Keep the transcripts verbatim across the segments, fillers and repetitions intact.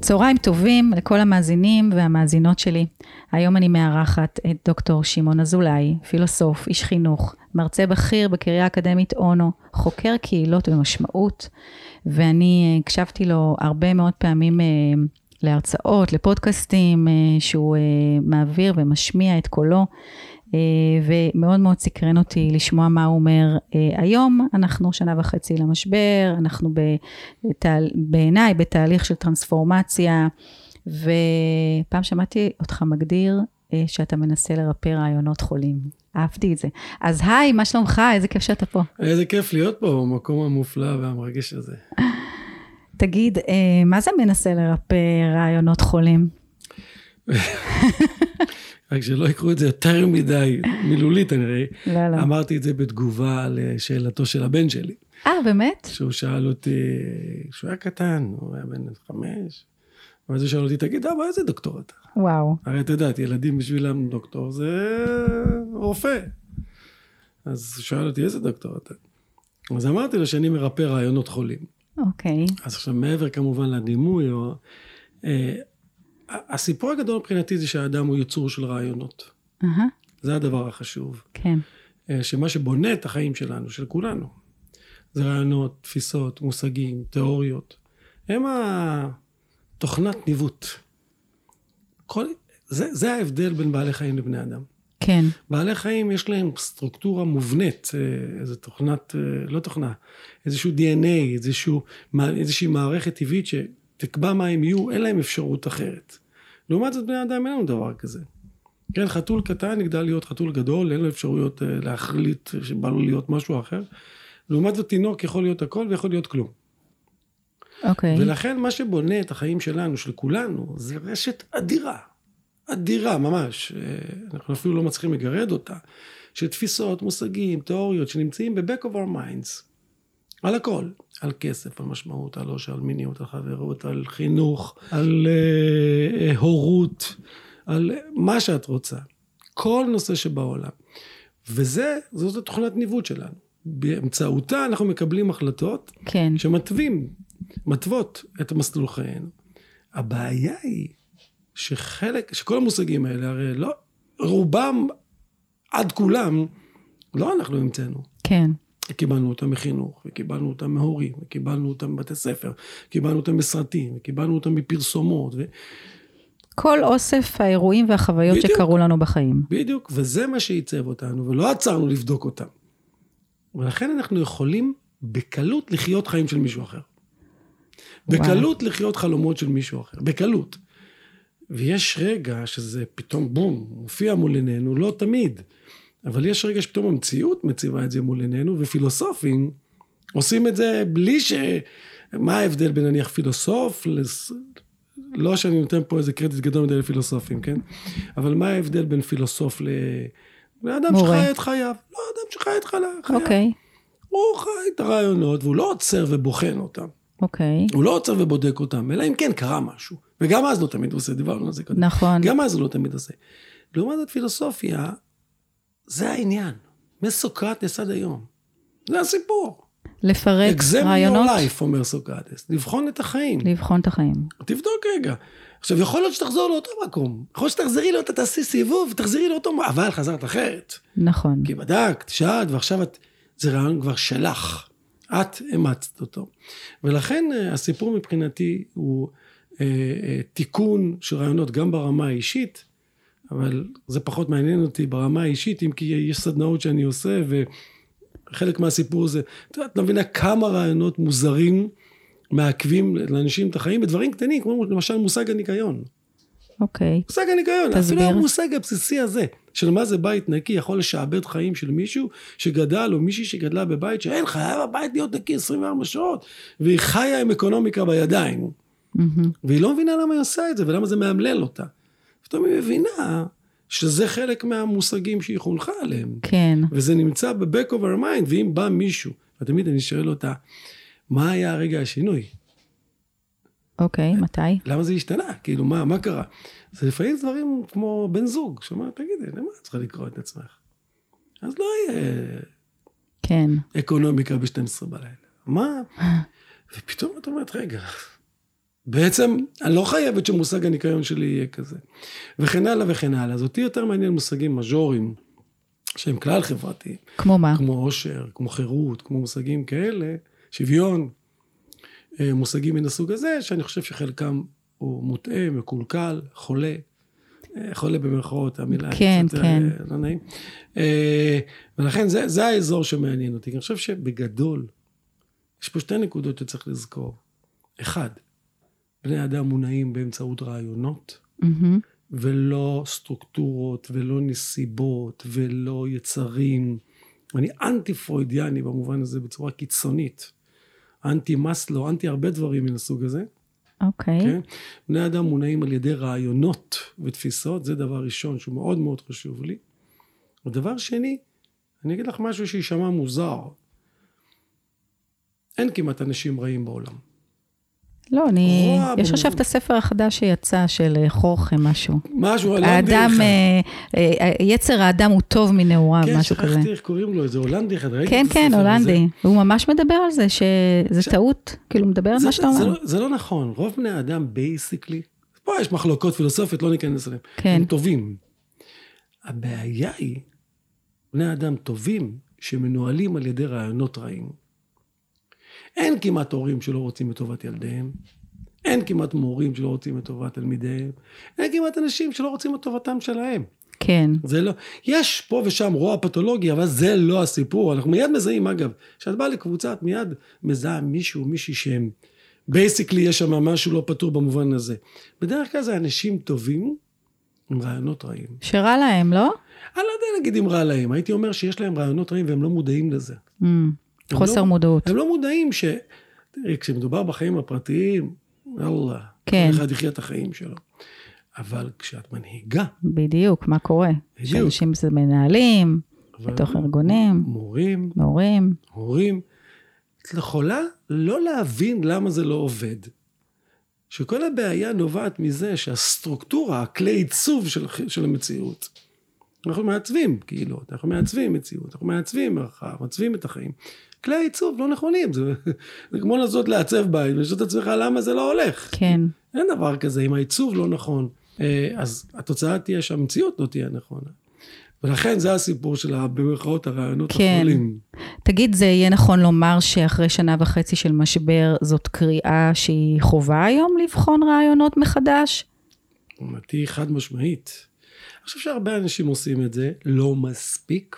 צהריים טובים לכל המאזינים והמאזינות שלי. היום אני מארחת את דוקטור שמעון אזולאי, פילוסוף, איש חינוך, מרצה בכיר בקריה האקדמית אונו, חוקר קהילות ומשמעות, ואני הקשבתי לו הרבה מאוד פעמים להרצאות, לפודקאסטים, שהוא מעביר ומשמיע את קולו, ומאוד מאוד סקרן אותי לשמוע מה הוא אומר. היום אנחנו שנה וחצי למשבר, אנחנו בתהל... בעיניי בתהליך של טרנספורמציה, ופעם שמעתי אותך מגדיר שאתה מנסה לרפא רעיונות חולים. אהבתי את זה. אז היי, מה שלומך? איזה כיף שאתה פה. איזה כיף להיות פה, במקום המופלא והמרגש הזה. תגיד, מה זה מנסה לרפא רעיונות חולים? רק שלא יקרו את זה יותר מדי, מילולית אני ראי. לא, לא. אמרתי את זה בתגובה לשאלתו של הבן שלי. אה, באמת? שהוא שאל אותי, שהוא היה קטן, הוא היה בן חמש, ואז הוא שאל אותי, תגיד, אבא, איזה דוקטור אתה? וואו. הרי אתה יודעת, ילדים בשבילם דוקטור, זה רופא. אז הוא שאל אותי, איזה דוקטור אתה? אז אמרתי לו שאני מרפא רעיונות חולים. אוקיי. אז עכשיו מעבר כמובן לדימוי, או... הסיפור הגדול מבחינתי זה שהאדם הוא יצור של רעיונות. Uh-huh. זה הדבר החשוב. כן. שמה שבונה את החיים שלנו, של כולנו, זה רעיונות, תפיסות, מושגים, תיאוריות. הם התוכנת ניווט. כל, זה, זה ההבדל בין בעלי חיים לבני אדם. כן. בעלי חיים יש להם סטרוקטורה מובנית, איזו תוכנת, לא תוכנה, איזשהו די אן איי, איזשהו, איזושהי מערכת טבעית ש... תקבע מה הם יהיו, אין להם אפשרות אחרת. לעומת זאת בני אדם אין לנו דבר כזה. כן, חתול קטן נגדל להיות חתול גדול, אין לו אפשרויות להחליט שבא לו להיות משהו אחר. לעומת זאת תינוק יכול להיות הכל ויכול להיות כלום. אוקיי. ולכן מה שבונה את החיים שלנו, של כולנו, זה רשת אדירה. אדירה, ממש. אנחנו אפילו לא מצליחים לגרד אותה. שתפיסות, מושגים, תיאוריות, שנמצאים ב-back of our minds. על הכל, על כסף, על משמעות, על אושר, על מיניות, על חברות, על חינוך, על uh, הורות, על מה שאת רוצה. כל נושא שבעולם. וזה, זאת התוכנת ניווט שלנו. באמצעותה אנחנו מקבלים החלטות כן. שמתווים, מתוות את המסלול חיינו. הבעיה היא שחלק, שכל המושגים האלה, הרי לא, רובם עד כולם, לא אנחנו המצאנו. כן. קיבלנו אותם מחינוך, וקיבלנו אותם מהורים, וקיבלנו אותם מבתי ספר, קיבלנו אותם בסרטים, וקיבלנו אותם מפרסומות. ו... כל אוסף האירועים והחוויות בדיוק, שקרו לנו בחיים. בדיוק, וזה מה שעיצב אותנו, ולא עצרנו לבדוק אותם. ולכן אנחנו יכולים בקלות לחיות חיים של מישהו אחר. וואו. בקלות לחיות חלומות של מישהו אחר, בקלות. ויש רגע שזה פתאום בום, מופיע מול עינינו, לא תמיד. אבל יש רגע שפתאום המציאות מציבה את זה מול עינינו, ופילוסופים עושים את זה בלי ש... מה ההבדל בין נניח פילוסוף, לס... לא שאני נותן פה איזה קרדיט גדול מדי לפילוסופים, כן? אבל מה ההבדל בין פילוסוף ל... לאדם שחי את חייו? לא, אדם שחי את חייו. אוקיי. הוא חי את הרעיונות, והוא לא עוצר ובוחן אותם. אוקיי. הוא לא עוצר ובודק אותם, אלא אם כן קרה משהו. וגם אז לא תמיד עושה, דיברנו על זה קודם. נכון. גם אז לא תמיד עושה. לעומת זאת פילוסופיה, זה העניין. מסוקרטס עד היום. זה הסיפור. לפרק רעיונות. Examine your life, אומר סוקרטס. לבחון את החיים. לבחון את החיים. תבדוק רגע. עכשיו, יכול להיות שתחזור לאותו מקום. יכול להיות שתחזרי לאותו, תעשי סיבוב, ותחזרי לאותו, אבל חזרת אחרת. נכון. כי בדקת, שאלת, ועכשיו את, זה רעיון כבר שלך. את אמצת אותו. ולכן הסיפור מבחינתי הוא אה, אה, תיקון של רעיונות גם ברמה האישית, אבל זה פחות מעניין אותי ברמה האישית, אם כי יש סדנאות שאני עושה, וחלק מהסיפור זה, את יודעת, לא מבינה כמה רעיונות מוזרים מעכבים לאנשים את החיים, בדברים קטנים, כמו למשל מושג הניקיון. אוקיי. מושג הניקיון, תסביר. אפילו המושג הבסיסי הזה, של מה זה בית נקי, יכול לשעבד חיים של מישהו שגדל, או מישהי שגדלה בבית, שאין, חייב הבית להיות נקי עשרים וארבע שעות, והיא חיה עם אקונומיקה בידיים, mm-hmm. והיא לא מבינה למה היא עושה את זה, ולמה זה מאמלל אותה. פתאום היא מבינה שזה חלק מהמושגים שהיא חונכה עליהם. כן. וזה נמצא ב-back of our mind, ואם בא מישהו, ותמיד אני שואל אותה, מה היה הרגע השינוי? אוקיי, מתי? למה זה השתנה? כאילו, מה, מה קרה? זה לפעמים דברים כמו בן זוג, שאומר, תגידי, למה את צריכה לקרוא את עצמך? אז לא יהיה כן. אקונומיקה ב-שתים עשרה בלילה. מה? ופתאום את אומרת, רגע, בעצם, אני לא חייבת שמושג הניקיון שלי יהיה כזה. וכן הלאה וכן הלאה. אז אותי יותר מעניין מושגים מז'וריים, שהם כלל חברתיים. כמו מה? כמו עושר, כמו חירות, כמו מושגים כאלה, שוויון, מושגים מן הסוג הזה, שאני חושב שחלקם הוא מוטעה, מקולקל, חולה, חולה במרכאות, המילה. כן, קצת, כן. לא נעים. ולכן זה, זה האזור שמעניין אותי. אני חושב שבגדול, יש פה שתי נקודות שצריך לזכור. אחד, בני אדם מונעים באמצעות רעיונות, Mm-hmm. ולא סטרוקטורות, ולא נסיבות, ולא יצרים. אני אנטי פרוידיאני במובן הזה בצורה קיצונית. אנטי מסלו, אנטי הרבה דברים מן הסוג הזה. אוקיי. Okay. כן? בני אדם מונעים על ידי רעיונות ותפיסות, זה דבר ראשון שהוא מאוד מאוד חשוב לי. ודבר שני, אני אגיד לך משהו שישמע מוזר. אין כמעט אנשים רעים בעולם. לא, אני... רוע, יש עכשיו את הספר החדש שיצא של חורכה, משהו. משהו, האדם, יצר האדם הוא טוב מנעוריו, כן, משהו כזה. כן, שכחתי איך קוראים לו, זה הולנדי אחד, ראיתי כן, את הספר כן, הזה. הולנדי. הוא ממש מדבר על זה, שזה ש... טעות, כאילו מדבר על זה, מה שאתה זה, אומר. זה, זה לא נכון, רוב בני האדם, בייסיקלי, פה יש מחלוקות פילוסופיות, לא ניכנס אליהם. כן. הם טובים. הבעיה היא, בני האדם טובים, שמנוהלים על ידי רעיונות רעים. אין כמעט הורים שלא רוצים את טובת ילדיהם, אין כמעט מורים שלא רוצים את טובת תלמידיהם, אין כמעט אנשים שלא רוצים את טובתם שלהם. כן. זה לא, יש פה ושם רוע פתולוגי, אבל זה לא הסיפור. אנחנו מיד מזהים, אגב, כשאת באה לקבוצה, את מיד מזהה מישהו, מישהי שהם, בייסיקלי יש שם משהו לא פתור במובן הזה. בדרך כלל זה אנשים טובים, עם רעיונות רעים. שרע להם, לא? אני לא יודע להגיד אם רע להם, הייתי אומר שיש להם רעיונות רעים והם לא מודעים לזה. Mm, חוסר לא, מודעות. הם לא מודעים ש... תראי, כשמדובר בחיים הפרטיים, אללה, כן. כל אחד יחיה את החיים שלו. אבל כשאת מנהיגה... בדיוק, מה קורה? בדיוק. שאנשים זה מנהלים, בתוך ארגונים, מורים, מורים. הורים. את יכולה לא להבין למה זה לא עובד. שכל הבעיה נובעת מזה שהסטרוקטורה, הכלי עיצוב של, של המציאות, אנחנו מעצבים כאילו, אנחנו מעצבים מציאות, אנחנו מעצבים מרחב, מעצבים את החיים. כלי העיצוב לא נכונים, זה, זה כמו לנסות לעצב בית, ולשאול את עצמך למה זה לא הולך. כן. אין דבר כזה, אם העיצוב לא נכון, אז התוצאה תהיה שהמציאות לא תהיה נכונה. ולכן זה הסיפור של במרכאות הרעיונות כן. החולים. תגיד, זה יהיה נכון לומר שאחרי שנה וחצי של משבר, זאת קריאה שהיא חובה היום לבחון רעיונות מחדש? אומתי חד משמעית. אני חושב שהרבה אנשים עושים את זה, לא מספיק,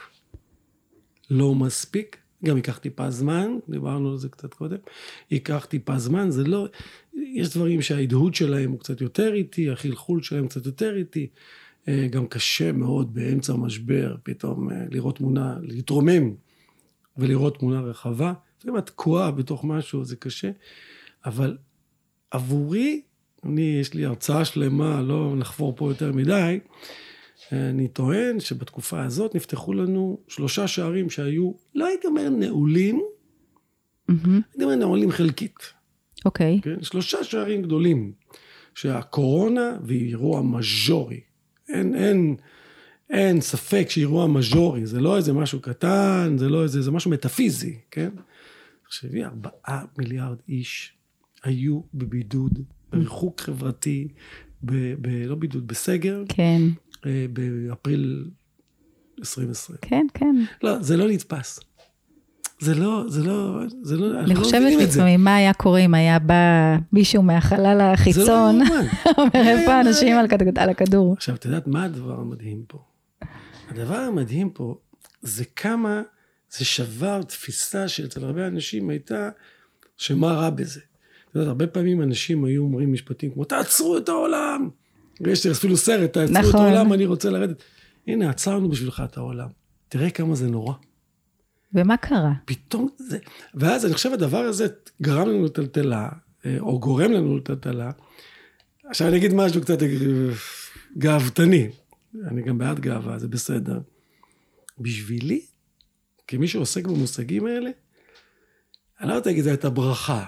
לא מספיק, גם ייקח טיפה זמן, דיברנו על זה קצת קודם, ייקח טיפה זמן, זה לא, יש דברים שההדהוד שלהם הוא קצת יותר איטי, החלחול שלהם קצת יותר איטי, גם קשה מאוד באמצע המשבר, פתאום לראות תמונה, להתרומם ולראות תמונה רחבה, אם את תקועה בתוך משהו זה קשה, אבל עבורי, אני, יש לי הרצאה שלמה, לא נחפור פה יותר מדי, אני טוען שבתקופה הזאת נפתחו לנו שלושה שערים שהיו, לא הייתי אומר נעולים, mm-hmm. הייתי אומר נעולים חלקית. אוקיי. Okay. כן? שלושה שערים גדולים, שהקורונה והיא אירוע מז'ורי, אין, אין, אין ספק שאירוע מז'ורי, זה לא איזה משהו קטן, זה לא איזה, זה משהו מטאפיזי, כן? תחשבי, ארבעה מיליארד איש היו בבידוד, בריחוק חברתי, ב, ב, לא בידוד, בסגר. כן. באפריל עשרים עשרים. כן, כן. לא, זה לא נתפס. זה לא, זה לא, זה לא, אני חושבת לעצמי, מה היה קורה אם היה בא מישהו מהחלל החיצון, אומר איפה האנשים על הכדור. עכשיו, את יודעת מה הדבר המדהים פה? הדבר המדהים פה, זה כמה, זה שבר תפיסה שאצל הרבה אנשים הייתה, שמה רע בזה. את יודעת, הרבה פעמים אנשים היו אומרים משפטים כמו, תעצרו את העולם. יש אפילו סרט, תעצרו נכון. את העולם, אני רוצה לרדת. הנה, עצרנו בשבילך את העולם. תראה כמה זה נורא. ומה קרה? פתאום זה... ואז אני חושב הדבר הזה גרם לנו לטלטלה, או גורם לנו לטלטלה. עכשיו אני אגיד משהו קצת גאוותני. אני גם בעד גאווה, זה בסדר. בשבילי, כמי שעוסק במושגים האלה, אני לא רוצה להגיד, זה הייתה ברכה.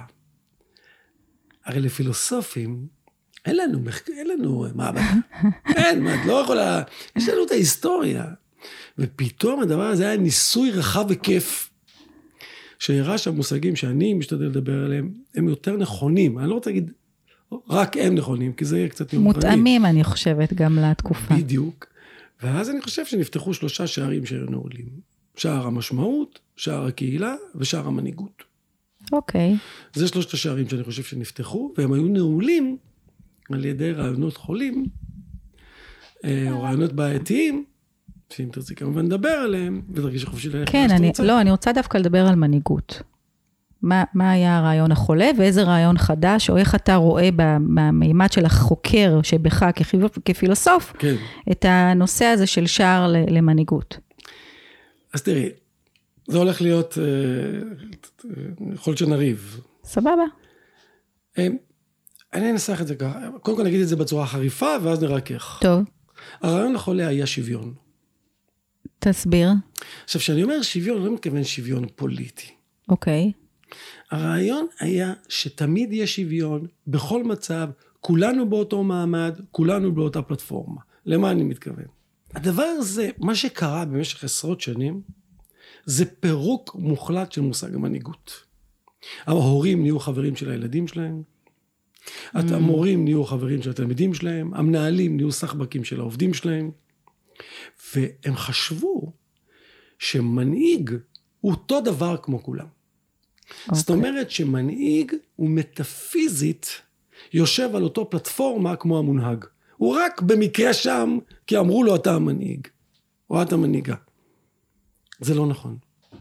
הרי לפילוסופים, אין לנו, אין לנו, מה, אין, מה, את לא יכולה, יש לנו את ההיסטוריה. ופתאום הדבר הזה היה ניסוי רחב וכיף, שהראה שהמושגים שאני משתדל לדבר עליהם, הם יותר נכונים. אני לא רוצה להגיד רק הם נכונים, כי זה יהיה קצת יומרני. מותאמים, אני חושבת, גם לתקופה. בדיוק. ואז אני חושב שנפתחו שלושה שערים שהיו נעולים. שער המשמעות, שער הקהילה ושער המנהיגות. אוקיי. זה שלושת השערים שאני חושב שנפתחו, והם היו נעולים על ידי רעיונות חולים, או רעיונות בעייתיים, שאם תרצי כמובן לדבר עליהם, ותרגיש חופשי ללכת. כן, אני, לא, אני רוצה דווקא לדבר על מנהיגות. מה, מה היה הרעיון החולה, ואיזה רעיון חדש, או איך אתה רואה במימד של החוקר שבך כפילוסוף, כן. את הנושא הזה של שער למנהיגות. אז תראי, זה הולך להיות, יכול להיות שנריב. סבבה. אני אנסח את זה ככה, קודם כל נגיד את זה בצורה חריפה, ואז נרקח. טוב. הרעיון לחולה היה שוויון. תסביר. עכשיו, כשאני אומר שוויון, לא מתכוון שוויון פוליטי. אוקיי. הרעיון היה שתמיד יש שוויון, בכל מצב, כולנו באותו מעמד, כולנו באותה פלטפורמה. למה אני מתכוון? הדבר הזה, מה שקרה במשך עשרות שנים, זה פירוק מוחלט של מושג המנהיגות. ההורים נהיו חברים של הילדים שלהם, mm. המורים נהיו חברים של התלמידים שלהם, המנהלים נהיו סחבקים של העובדים שלהם, והם חשבו שמנהיג הוא אותו דבר כמו כולם. Okay. זאת אומרת שמנהיג הוא מטאפיזית יושב על אותו פלטפורמה כמו המונהג. הוא רק במקרה שם כי אמרו לו אתה המנהיג, או אתה מנהיגה. זה לא נכון.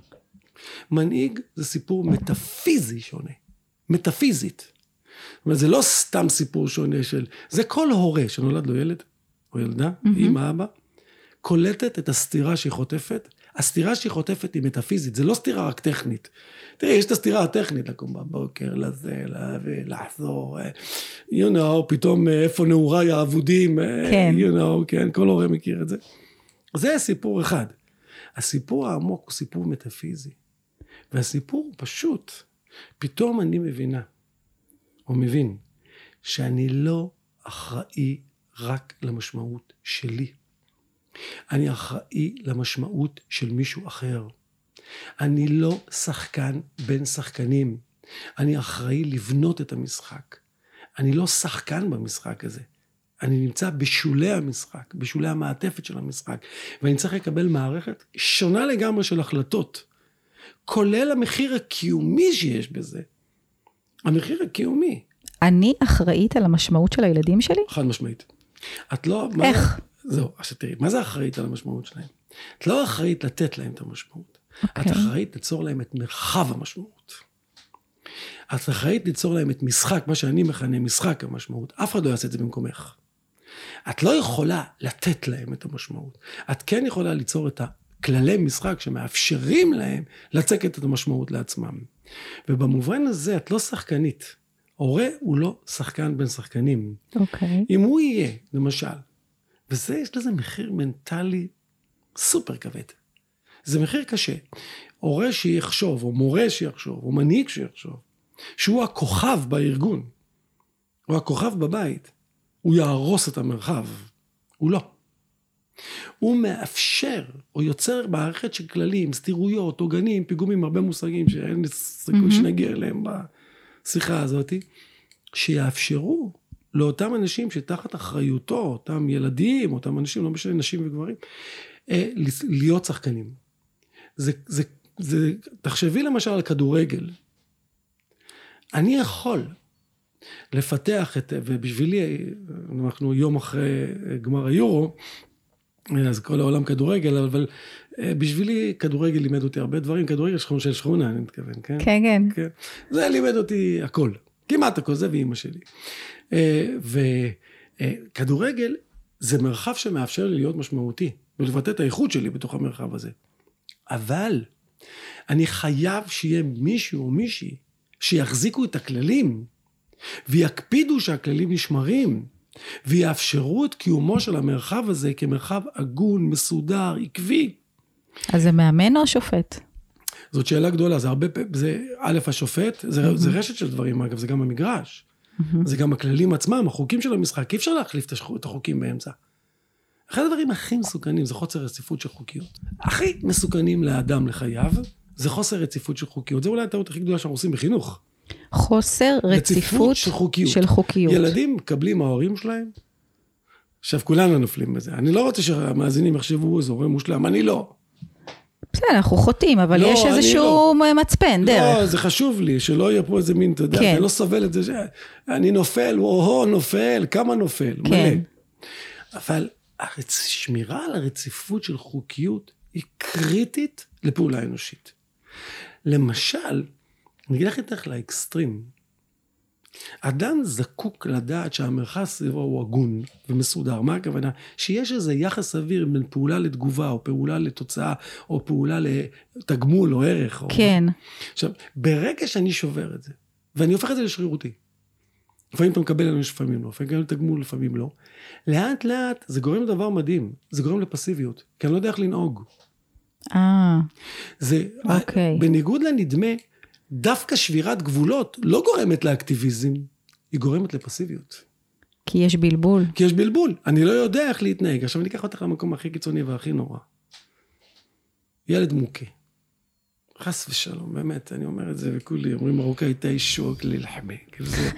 מנהיג זה סיפור מטאפיזי שונה. מטאפיזית. זאת אומרת, זה לא סתם סיפור שונה של... זה כל הורה שנולד לו ילד, או ילדה, mm-hmm. אמא, אבא, קולטת את הסתירה שהיא חוטפת. הסתירה שהיא חוטפת היא מטאפיזית, זה לא סתירה רק טכנית. תראי, יש את הסתירה הטכנית, לקום בבוקר, לזה, להביא, לחזור, you know, פתאום איפה נעוריי העבודים, כן. you know, כן, כל הורה מכיר את זה. זה סיפור אחד. הסיפור העמוק הוא סיפור מטאפיזי. והסיפור הוא פשוט, פתאום אני מבינה, או מבין, שאני לא אחראי רק למשמעות שלי. אני אחראי למשמעות של מישהו אחר. אני לא שחקן בין שחקנים. אני אחראי לבנות את המשחק. אני לא שחקן במשחק הזה. אני נמצא בשולי המשחק, בשולי המעטפת של המשחק, ואני צריך לקבל מערכת שונה לגמרי של החלטות, כולל המחיר הקיומי שיש בזה. המחיר הקיומי. אני אחראית על המשמעות של הילדים שלי? חד משמעית. את לא... איך? מה, זהו, אז תראי, מה זה אחראית על המשמעות שלהם? את לא אחראית לתת להם את המשמעות. Okay. את אחראית ליצור להם את מרחב המשמעות. את אחראית ליצור להם את משחק, מה שאני מכנה משחק המשמעות. אף אחד לא יעשה את זה במקומך. את לא יכולה לתת להם את המשמעות. את כן יכולה ליצור את הכללי משחק שמאפשרים להם לצקת את המשמעות לעצמם. ובמובן הזה את לא שחקנית. הורה הוא לא שחקן בין שחקנים. אוקיי. אם הוא יהיה, למשל, וזה יש לזה מחיר מנטלי סופר כבד. זה מחיר קשה. הורה שיחשוב, או מורה שיחשוב, או מנהיג שיחשוב, שהוא הכוכב בארגון, או הכוכב בבית, הוא יהרוס את המרחב. הוא לא. הוא מאפשר, או יוצר מערכת של כללים, סתירויות, עוגנים, פיגומים, הרבה מושגים שאין סיכוי שנגיע אליהם בשיחה הזאת, שיאפשרו לאותם אנשים שתחת אחריותו, אותם ילדים, אותם אנשים, לא משנה, נשים וגברים, להיות שחקנים. זה, זה, זה, תחשבי למשל על כדורגל. אני יכול לפתח את, ובשבילי, אנחנו יום אחרי גמר היורו, אז כל העולם כדורגל, אבל בשבילי כדורגל לימד אותי הרבה דברים, כדורגל שכונה של שכונה, אני מתכוון, כן? כן, כן. כן. זה לימד אותי הכל, כמעט הכל, זה ואימא שלי. וכדורגל זה מרחב שמאפשר לי להיות משמעותי, ולבטא את האיכות שלי בתוך המרחב הזה. אבל אני חייב שיהיה מישהו או מישהי שיחזיקו את הכללים, ויקפידו שהכללים נשמרים, ויאפשרו את קיומו של המרחב הזה כמרחב הגון, מסודר, עקבי. אז זה מאמן או שופט? זאת שאלה גדולה, זה הרבה, זה א' השופט, זה, mm-hmm. זה רשת של דברים, אגב, זה גם המגרש, mm-hmm. זה גם הכללים עצמם, החוקים של המשחק, אי אפשר להחליף את החוקים באמצע. אחד הדברים הכי מסוכנים זה חוסר רציפות של חוקיות. הכי מסוכנים לאדם לחייו, זה חוסר רציפות של חוקיות. זה אולי הטעות הכי גדולה שאנחנו עושים בחינוך. חוסר רציפות של חוקיות. של חוקיות. ילדים מקבלים ההורים שלהם, עכשיו כולנו נופלים בזה. אני לא רוצה שהמאזינים יחשבו, זה הורה מושלם, אני לא. בסדר, אנחנו חוטאים, אבל לא, יש איזשהו לא. מצפן, דרך. לא, זה חשוב לי, שלא יהיה פה איזה מין, אתה יודע, כן. אני לא סובל את זה, אני נופל, או נופל, כמה נופל, כן. מלא. אבל השמירה על הרציפות של חוקיות, היא קריטית לפעולה אנושית. למשל, אני אגיד לך איתך לאקסטרים, אדם זקוק לדעת שהמרחב סביבו הוא הגון ומסודר. מה הכוונה? שיש איזה יחס סביר בין פעולה לתגובה, או פעולה לתוצאה, או פעולה לתגמול או ערך. כן. או... עכשיו, ברגע שאני שובר את זה, ואני הופך את זה לשרירותי, לפעמים אתה מקבל לנו לפעמים לא, לפעמים תגמול, לפעמים לא, לאט לאט זה גורם לדבר מדהים, זה גורם לפסיביות, כי אני לא יודע איך לנהוג. אה, זה, אוקיי. בניגוד לנדמה, דווקא שבירת גבולות לא גורמת לאקטיביזם, היא גורמת לפסיביות. כי יש בלבול. כי יש בלבול, אני לא יודע איך להתנהג. עכשיו אני אקח אותך למקום הכי קיצוני והכי נורא. ילד מוכה. חס ושלום, באמת, אני אומר את זה, וכולי אומרים מרוקאי תאישוק ללחמי. זה,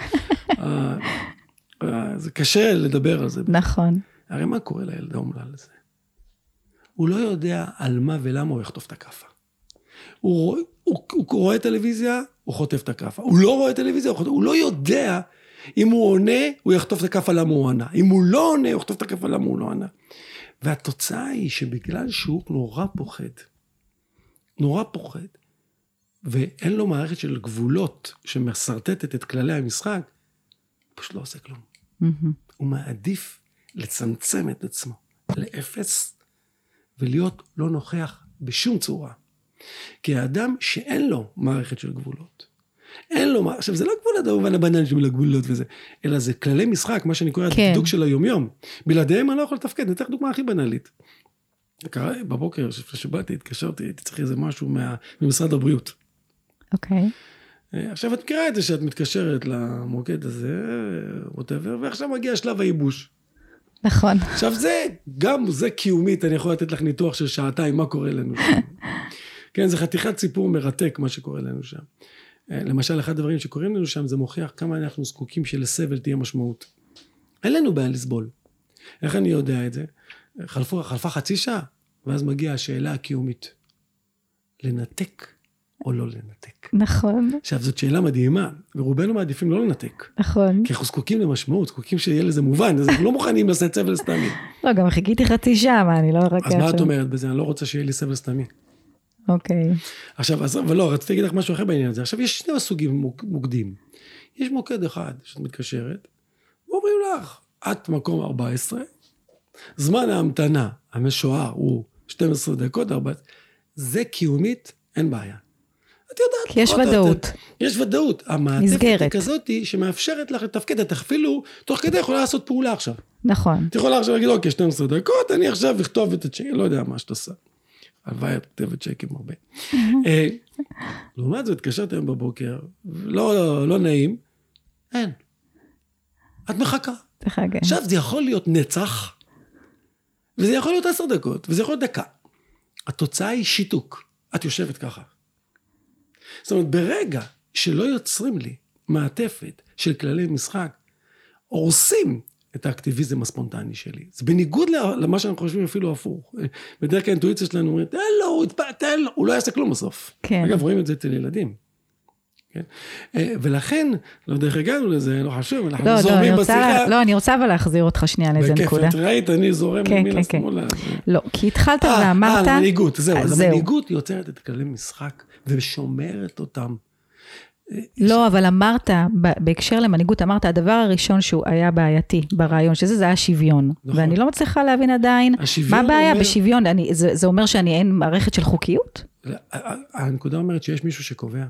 זה קשה לדבר על זה. נכון. הרי מה קורה לילד האומלל הזה? הוא לא יודע על מה ולמה הוא יחטוף את הכפה. הוא רואה, הוא, הוא רואה טלוויזיה, הוא חוטף את הכפה. הוא לא רואה טלוויזיה, הוא חוטף, הוא לא יודע אם הוא עונה, הוא יחטוף את הכפה למה הוא ענה. אם הוא לא עונה, הוא יחטוף את הכפה למה הוא לא ענה. והתוצאה היא שבגלל שהוא נורא פוחד, נורא פוחד, ואין לו מערכת של גבולות שמסרטטת את כללי המשחק, הוא פשוט לא עושה כלום. Mm-hmm. הוא מעדיף לצמצם את עצמו לאפס, ולהיות לא נוכח בשום צורה. כי האדם שאין לו מערכת של גבולות, אין לו, עכשיו זה לא גבולות, במובן הבנן של הגבולות וזה, אלא זה כללי משחק, מה שאני קורא, כן. הדקדוק של היומיום. בלעדיהם אני לא יכול לתפקד, נתח דוגמה הכי בנאלית. קרה, בבוקר, שבאתי, התקשרתי, הייתי צריך איזה משהו מה, ממשרד הבריאות. אוקיי. עכשיו את מכירה את זה שאת מתקשרת למוקד הזה, whatever, ועכשיו מגיע שלב הייבוש. נכון. עכשיו זה, גם זה קיומית, אני יכול לתת לך ניתוח של שעתיים, מה קורה לנו שם. כן, זה חתיכת סיפור מרתק, מה שקורה לנו שם. למשל, אחד הדברים שקוראים לנו שם, זה מוכיח כמה אנחנו זקוקים שלסבל תהיה משמעות. אין לנו בעיה לסבול. איך אני יודע את זה? חלפו, חלפה חצי שעה, ואז מגיעה השאלה הקיומית. לנתק או לא לנתק? נכון. עכשיו, זאת שאלה מדהימה, ורובנו מעדיפים לא לנתק. נכון. כי אנחנו זקוקים למשמעות, זקוקים שיהיה לזה מובן, אז אנחנו לא מוכנים לשאת סבל סתמי. לא, גם חיכיתי חצי שעה, מה, אני לא רק... אז מה את אומרת בזה? אני לא רוצה שיהיה לי סבל סתמי. אוקיי. עכשיו, אז, אבל לא, רציתי להגיד לך משהו אחר בעניין הזה. עכשיו, יש שני סוגים מוקדים. יש מוקד אחד שאת מתקשרת, ואומרים לך, את מקום ארבע עשרה, זמן ההמתנה המשוער הוא שתים עשרה דקות, ארבע עשרה, זה קיומית, אין בעיה. את יודעת, כי יש ודאות. את, יש ודאות. המעטפת כזאת היא שמאפשרת לך לתפקד, את אפילו תוך כדי יכולה לעשות פעולה עכשיו. נכון. את יכולה עכשיו להגיד, אוקיי, שתים עשרה דקות, אני עכשיו אכתוב את הצ'ק, לא יודע מה שאתה עושה. הלוואי, את כתבת צ'קים הרבה. לעומת זאת, התקשרת היום בבוקר, לא נעים, אין. את מחכה. תחכה. עכשיו, זה יכול להיות נצח, וזה יכול להיות עשר דקות, וזה יכול להיות דקה. התוצאה היא שיתוק. את יושבת ככה. זאת אומרת, ברגע שלא יוצרים לי מעטפת של כללי משחק, הורסים את האקטיביזם הספונטני שלי. זה בניגוד למה שאנחנו חושבים אפילו הפוך. בדרך כלל האינטואיציה שלנו אומרת, תן לו, הוא יתפע, תן לו, הוא לא יעשה כלום בסוף. כן. אגב, רואים את זה אצל ילדים. כן? ולכן, לא יודע איך הגענו לזה, לא חשוב, אנחנו לא, זורמים לא, בשיחה. לא, אני רוצה אבל להחזיר אותך שנייה לאיזה נקודה. בכיף, את ראית, אני זורם כן, מילה כן, שמאלה. לא, כי התחלת ואמרת... אה, המנהיגות, זהו. אז זהו. המנהיגות יוצרת את כללי משחק, ושומרת אותם. לא, אבל אמרת, בהקשר למנהיגות, אמרת, הדבר הראשון שהוא היה בעייתי ברעיון, שזה זה היה שוויון. נכון. ואני לא מצליחה להבין עדיין, מה הבעיה אומר... בשוויון? אני, זה, זה אומר שאני אין מערכת של חוקיות? הנקודה אומרת שיש מישהו שקובע.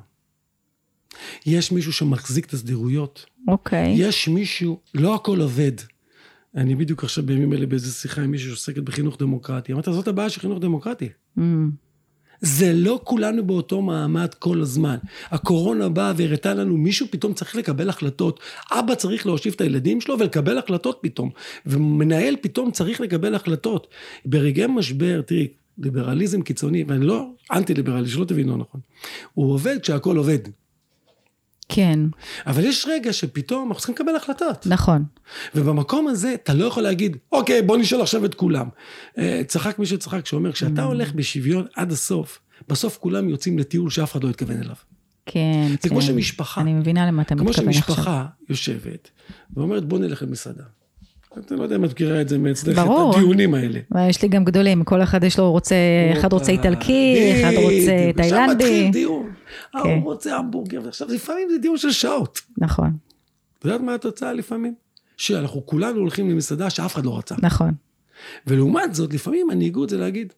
יש מישהו שמחזיק את הסדירויות. אוקיי. יש מישהו, לא הכל עובד. אני בדיוק עכשיו בימים אלה באיזו שיחה עם מישהו שעוסקת בחינוך דמוקרטי. אמרת, זאת הבעיה של חינוך דמוקרטי. Mm. זה לא כולנו באותו מעמד כל הזמן. הקורונה באה והראתה לנו, מישהו פתאום צריך לקבל החלטות. אבא צריך להושיב את הילדים שלו ולקבל החלטות פתאום. ומנהל פתאום צריך לקבל החלטות. ברגעי משבר, תראי, ליברליזם קיצוני, ואני לא אנטי ליברלי, שלא תבינו נכון. הוא עובד כשהכל עובד. כן. אבל יש רגע שפתאום אנחנו צריכים לקבל החלטות. נכון. ובמקום הזה אתה לא יכול להגיד, אוקיי, בוא נשאל עכשיו את כולם. צחק מי שצחק, שאומר, כשאתה הולך בשוויון עד הסוף, בסוף כולם יוצאים לטיול שאף אחד לא יתכוון אליו. כן. זה כן. כמו שמשפחה. אני מבינה למה אתה מתכוון עכשיו. כמו שמשפחה יושבת, ואומרת, בוא נלך למסעדה. אתה לא יודע אם את מכירה את זה מאצלך, את הדיונים האלה. יש לי גם גדולים, כל אחד יש לו רוצה, אחד רוצה איטלקי, אחד רוצה תאילנדי. עכשיו מתחיל דיון, הוא רוצה המבורגר, ועכשיו לפעמים זה דיון של שעות. נכון. אתה יודעת מה התוצאה לפעמים? שאנחנו כולנו הולכים למסעדה שאף אחד לא רצה. נכון. ולעומת זאת, לפעמים מנהיגות זה להגיד,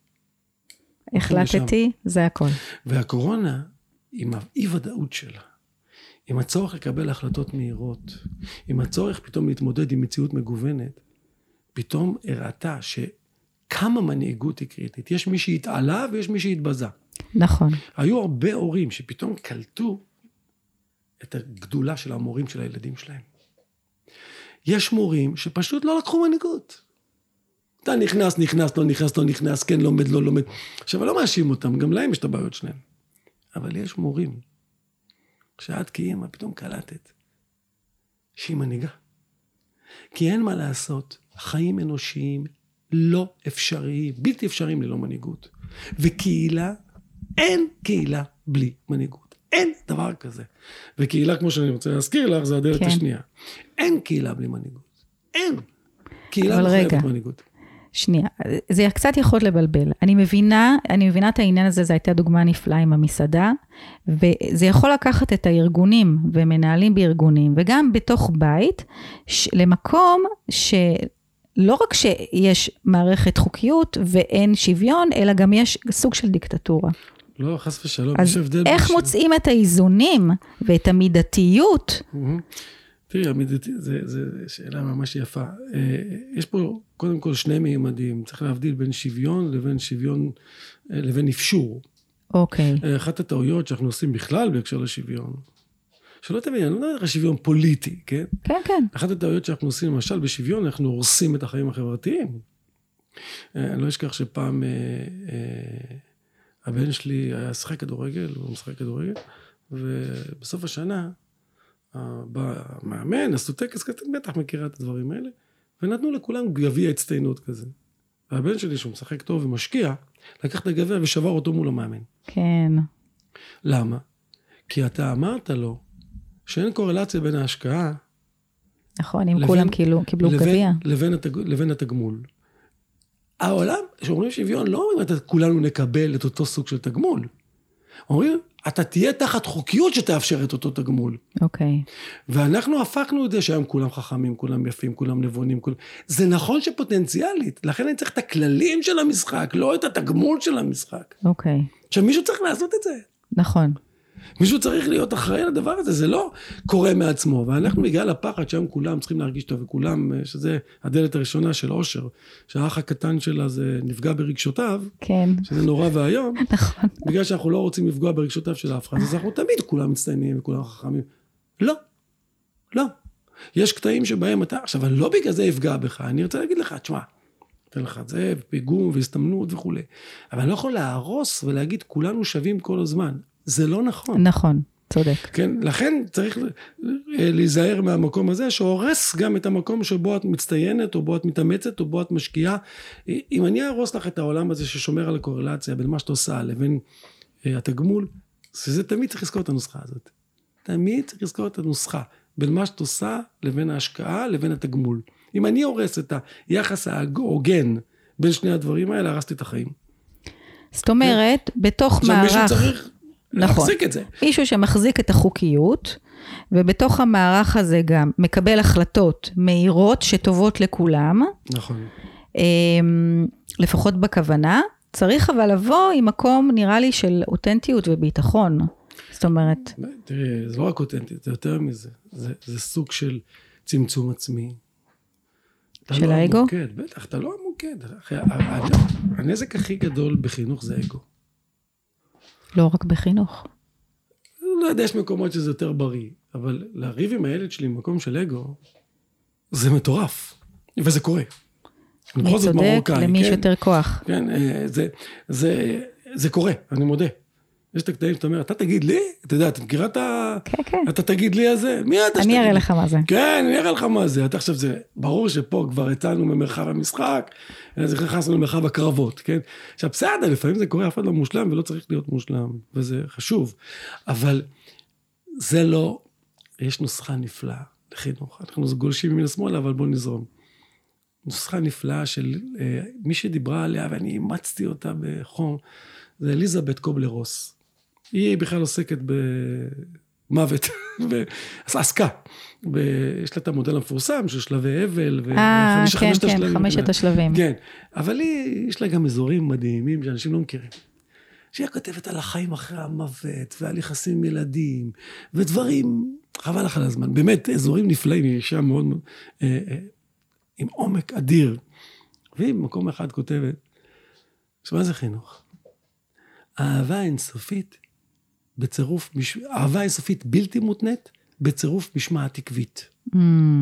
החלטתי, זה הכל. והקורונה, עם האי-ודאות שלה, עם הצורך לקבל החלטות מהירות, עם הצורך פתאום להתמודד עם מציאות מגוונת, פתאום הראתה שכמה מנהיגות היא קריטית. יש מי שהתעלה ויש מי שהתבזה. נכון. היו הרבה הורים שפתאום קלטו את הגדולה של המורים של הילדים שלהם. יש מורים שפשוט לא לקחו מנהיגות. אתה נכנס, נכנס, לא נכנס, לא נכנס, כן, לומד, לא לומד. עכשיו, אני לא מאשים אותם, גם להם יש את הבעיות שלהם. אבל יש מורים, כשאת כאמא פתאום קלטת, שהיא מנהיגה. כי אין מה לעשות, חיים אנושיים לא אפשריים, בלתי אפשריים ללא מנהיגות. וקהילה, אין קהילה בלי מנהיגות. אין דבר כזה. וקהילה, כמו שאני רוצה להזכיר לך, זה הדלת כן. השנייה. אין קהילה בלי מנהיגות. אין. קהילה מחייבת מנהיגות. שנייה, זה קצת יכול לבלבל. אני מבינה, אני מבינה את העניין הזה, זו הייתה דוגמה נפלאה עם המסעדה, וזה יכול לקחת את הארגונים ומנהלים בארגונים, וגם בתוך בית, למקום שלא רק שיש מערכת חוקיות ואין שוויון, אלא גם יש סוג של דיקטטורה. לא, חס ושלום. אז איך בשביל... מוצאים את האיזונים ואת המידתיות? תראי, המידתיות, זו שאלה ממש יפה. יש פה קודם כל שני מימדים, צריך להבדיל בין שוויון לבין שוויון, לבין אפשור. אוקיי. אחת הטעויות שאנחנו עושים בכלל בהקשר לשוויון, שלא תבין, אני לא יודע איך שוויון פוליטי, כן? כן, כן. אחת הטעויות שאנחנו עושים, למשל בשוויון, אנחנו הורסים את החיים החברתיים. אני לא אשכח שפעם הבן שלי היה שחק כדורגל, הוא משחק כדורגל, ובסוף השנה, במאמן, עשו טקס, בטח מכירה את הדברים האלה, ונתנו לכולם גביע הצטיינות כזה. והבן שלי, שהוא משחק טוב ומשקיע, לקח את הגביע ושבר אותו מול המאמן. כן. למה? כי אתה אמרת לו, שאין קורלציה בין ההשקעה, נכון, אם כולם קיבלו גביע. לבין התגמול. העולם, שאומרים שוויון, לא אומרים, כולנו נקבל את אותו סוג של תגמול. אומרים, אתה תהיה תחת חוקיות שתאפשר את אותו תגמול. אוקיי. ואנחנו הפכנו את זה שהיום כולם חכמים, כולם יפים, כולם נבונים, כולם... זה נכון שפוטנציאלית, לכן אני צריך את הכללים של המשחק, לא את התגמול של המשחק. אוקיי. עכשיו מישהו צריך לעשות את זה. נכון. מישהו צריך להיות אחראי לדבר הזה, זה לא קורה מעצמו, ואנחנו בגלל הפחד שהיום כולם צריכים להרגיש טוב, וכולם, שזה הדלת הראשונה של אושר, שהאח הקטן שלה זה נפגע ברגשותיו, כן. שזה נורא והיום, נכון. בגלל שאנחנו לא רוצים לפגוע ברגשותיו של אף אחד, אז אנחנו תמיד כולם מצטיינים וכולם חכמים. לא, לא. יש קטעים שבהם אתה, עכשיו אני לא בגלל זה אפגע בך, אני רוצה להגיד לך, תשמע, אתן לך את זה, פיגום והסתמנות וכו'. אבל אני לא יכול להרוס ולהגיד, כולנו שווים כל הזמן. זה לא נכון. נכון, צודק. כן, לכן צריך להיזהר מהמקום הזה, שהורס גם את המקום שבו את מצטיינת, או בו את מתאמצת, או בו את משקיעה. אם אני ארוס לך את העולם הזה ששומר על הקורלציה, בין מה שאת עושה לבין התגמול, זה תמיד צריך לזכור את הנוסחה הזאת. תמיד צריך לזכור את הנוסחה, בין מה שאת עושה לבין ההשקעה, לבין התגמול. אם אני הורס את היחס ההוגן בין שני הדברים האלה, הרסתי את החיים. זאת אומרת, בתוך מערך... עכשיו מישהו צריך... נכון. להחזיק את זה. מישהו שמחזיק את החוקיות, ובתוך המערך הזה גם מקבל החלטות מהירות שטובות לכולם. נכון. לפחות בכוונה. צריך אבל לבוא עם מקום, נראה לי, של אותנטיות וביטחון. זאת אומרת... תראי, זה לא רק אותנטיות, זה יותר מזה. זה, זה סוג של צמצום עצמי. של לא האגו? המוקד, בטח, אתה לא המוקד. הנזק הכי גדול בחינוך זה אגו. לא רק בחינוך. לא יודע, יש מקומות שזה יותר בריא, אבל להריב עם הילד שלי במקום של אגו, זה מטורף, וזה קורה. מי צודק, למי יש יותר כוח. כן, זה, זה, זה קורה, אני מודה. יש את הקטעים שאתה אומר, אתה תגיד לי? אתה יודע, אתה מכירה את ה... כן, כן. אתה תגיד לי הזה? מי אתה? אני אראה לך מה זה. כן, אני אראה לך מה זה. אתה עכשיו, זה ברור שפה כבר יצאנו ממרחב המשחק, אז נכנסנו למרחב הקרבות, כן? עכשיו, בסדר, לפעמים זה קורה, אף אחד לא מושלם, ולא צריך להיות מושלם, וזה חשוב. אבל זה לא... יש נוסחה נפלאה לחינוך. אנחנו גולשים מן השמאל, אבל בוא נזרום. נוסחה נפלאה של מי שדיברה עליה, ואני אימצתי אותה בחום, זה אליזבת קובלר-רוס. היא בכלל עוסקת במוות, עסקה. יש לה את המודל המפורסם של שלבי אבל, אה, כן, כן, חמשת השלבים. כן, אבל היא, יש לה גם אזורים מדהימים שאנשים לא מכירים. שהיא כותבת על החיים אחרי המוות, ועל יחסים עם ילדים, ודברים, חבל לך על הזמן, באמת, אזורים נפלאים, היא אישה מאוד, אה, אה, עם עומק אדיר. והיא במקום אחד כותבת, שמה זה חינוך? אהבה אינסופית, בצירוף, מש... אהבה אינסופית בלתי מותנית, בצירוף משמעת עקבית. Mm.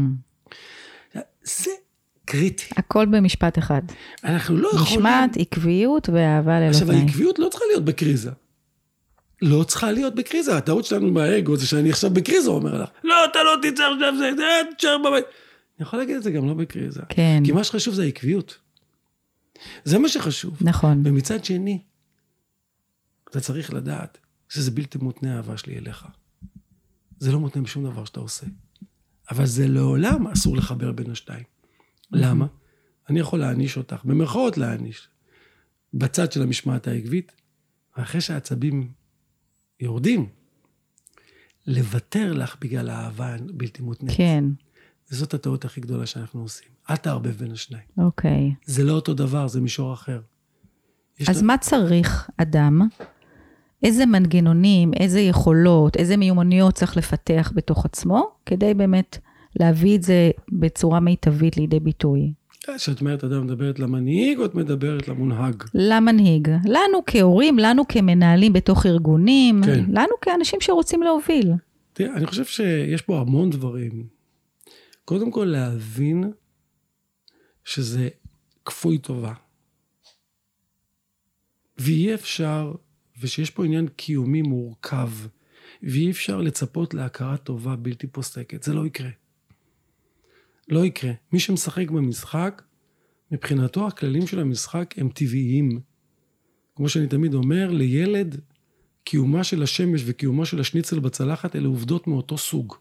זה קריטי. הכל במשפט אחד. אנחנו לא יכולים... משמעת, עקביות ואהבה ללא תנאי. עכשיו, העקביות לא צריכה להיות בקריזה. לא צריכה להיות בקריזה. הטעות שלנו באגו זה שאני עכשיו בקריזה, אומר לך. לא, אתה לא תצא עכשיו, זה, זה, תשאר בבית. אני יכול להגיד את זה גם לא בקריזה. כן. כי מה שחשוב זה העקביות. זה מה שחשוב. נכון. ומצד שני, אתה צריך לדעת שזה בלתי מותנה האהבה שלי אליך. זה לא מותנה בשום דבר שאתה עושה. אבל זה לעולם אסור לחבר בין השתיים. למה? אני יכול להעניש אותך, במרכאות להעניש, בצד של המשמעת העקבית, ואחרי שהעצבים יורדים, לוותר לך בגלל האהבה בלתי מותנית. כן. וזאת הטעות הכי גדולה שאנחנו עושים. אל תערבב בין השניים. אוקיי. זה לא אותו דבר, זה מישור אחר. אז מה צריך אדם? איזה מנגנונים, איזה יכולות, איזה מיומנויות צריך לפתח בתוך עצמו, כדי באמת להביא את זה בצורה מיטבית לידי ביטוי? שאת אומרת, אדם מדברת למנהיג, או את מדברת למונהג? למנהיג. לנו כהורים, לנו כמנהלים בתוך ארגונים, כן. לנו כאנשים שרוצים להוביל. תראה, אני חושב שיש פה המון דברים. קודם כל להבין שזה כפוי טובה. ואי אפשר, ושיש פה עניין קיומי מורכב, ואי אפשר לצפות להכרת טובה בלתי פוסקת. זה לא יקרה. לא יקרה. מי שמשחק במשחק, מבחינתו הכללים של המשחק הם טבעיים. כמו שאני תמיד אומר, לילד, קיומה של השמש וקיומה של השניצל בצלחת, אלה עובדות מאותו סוג.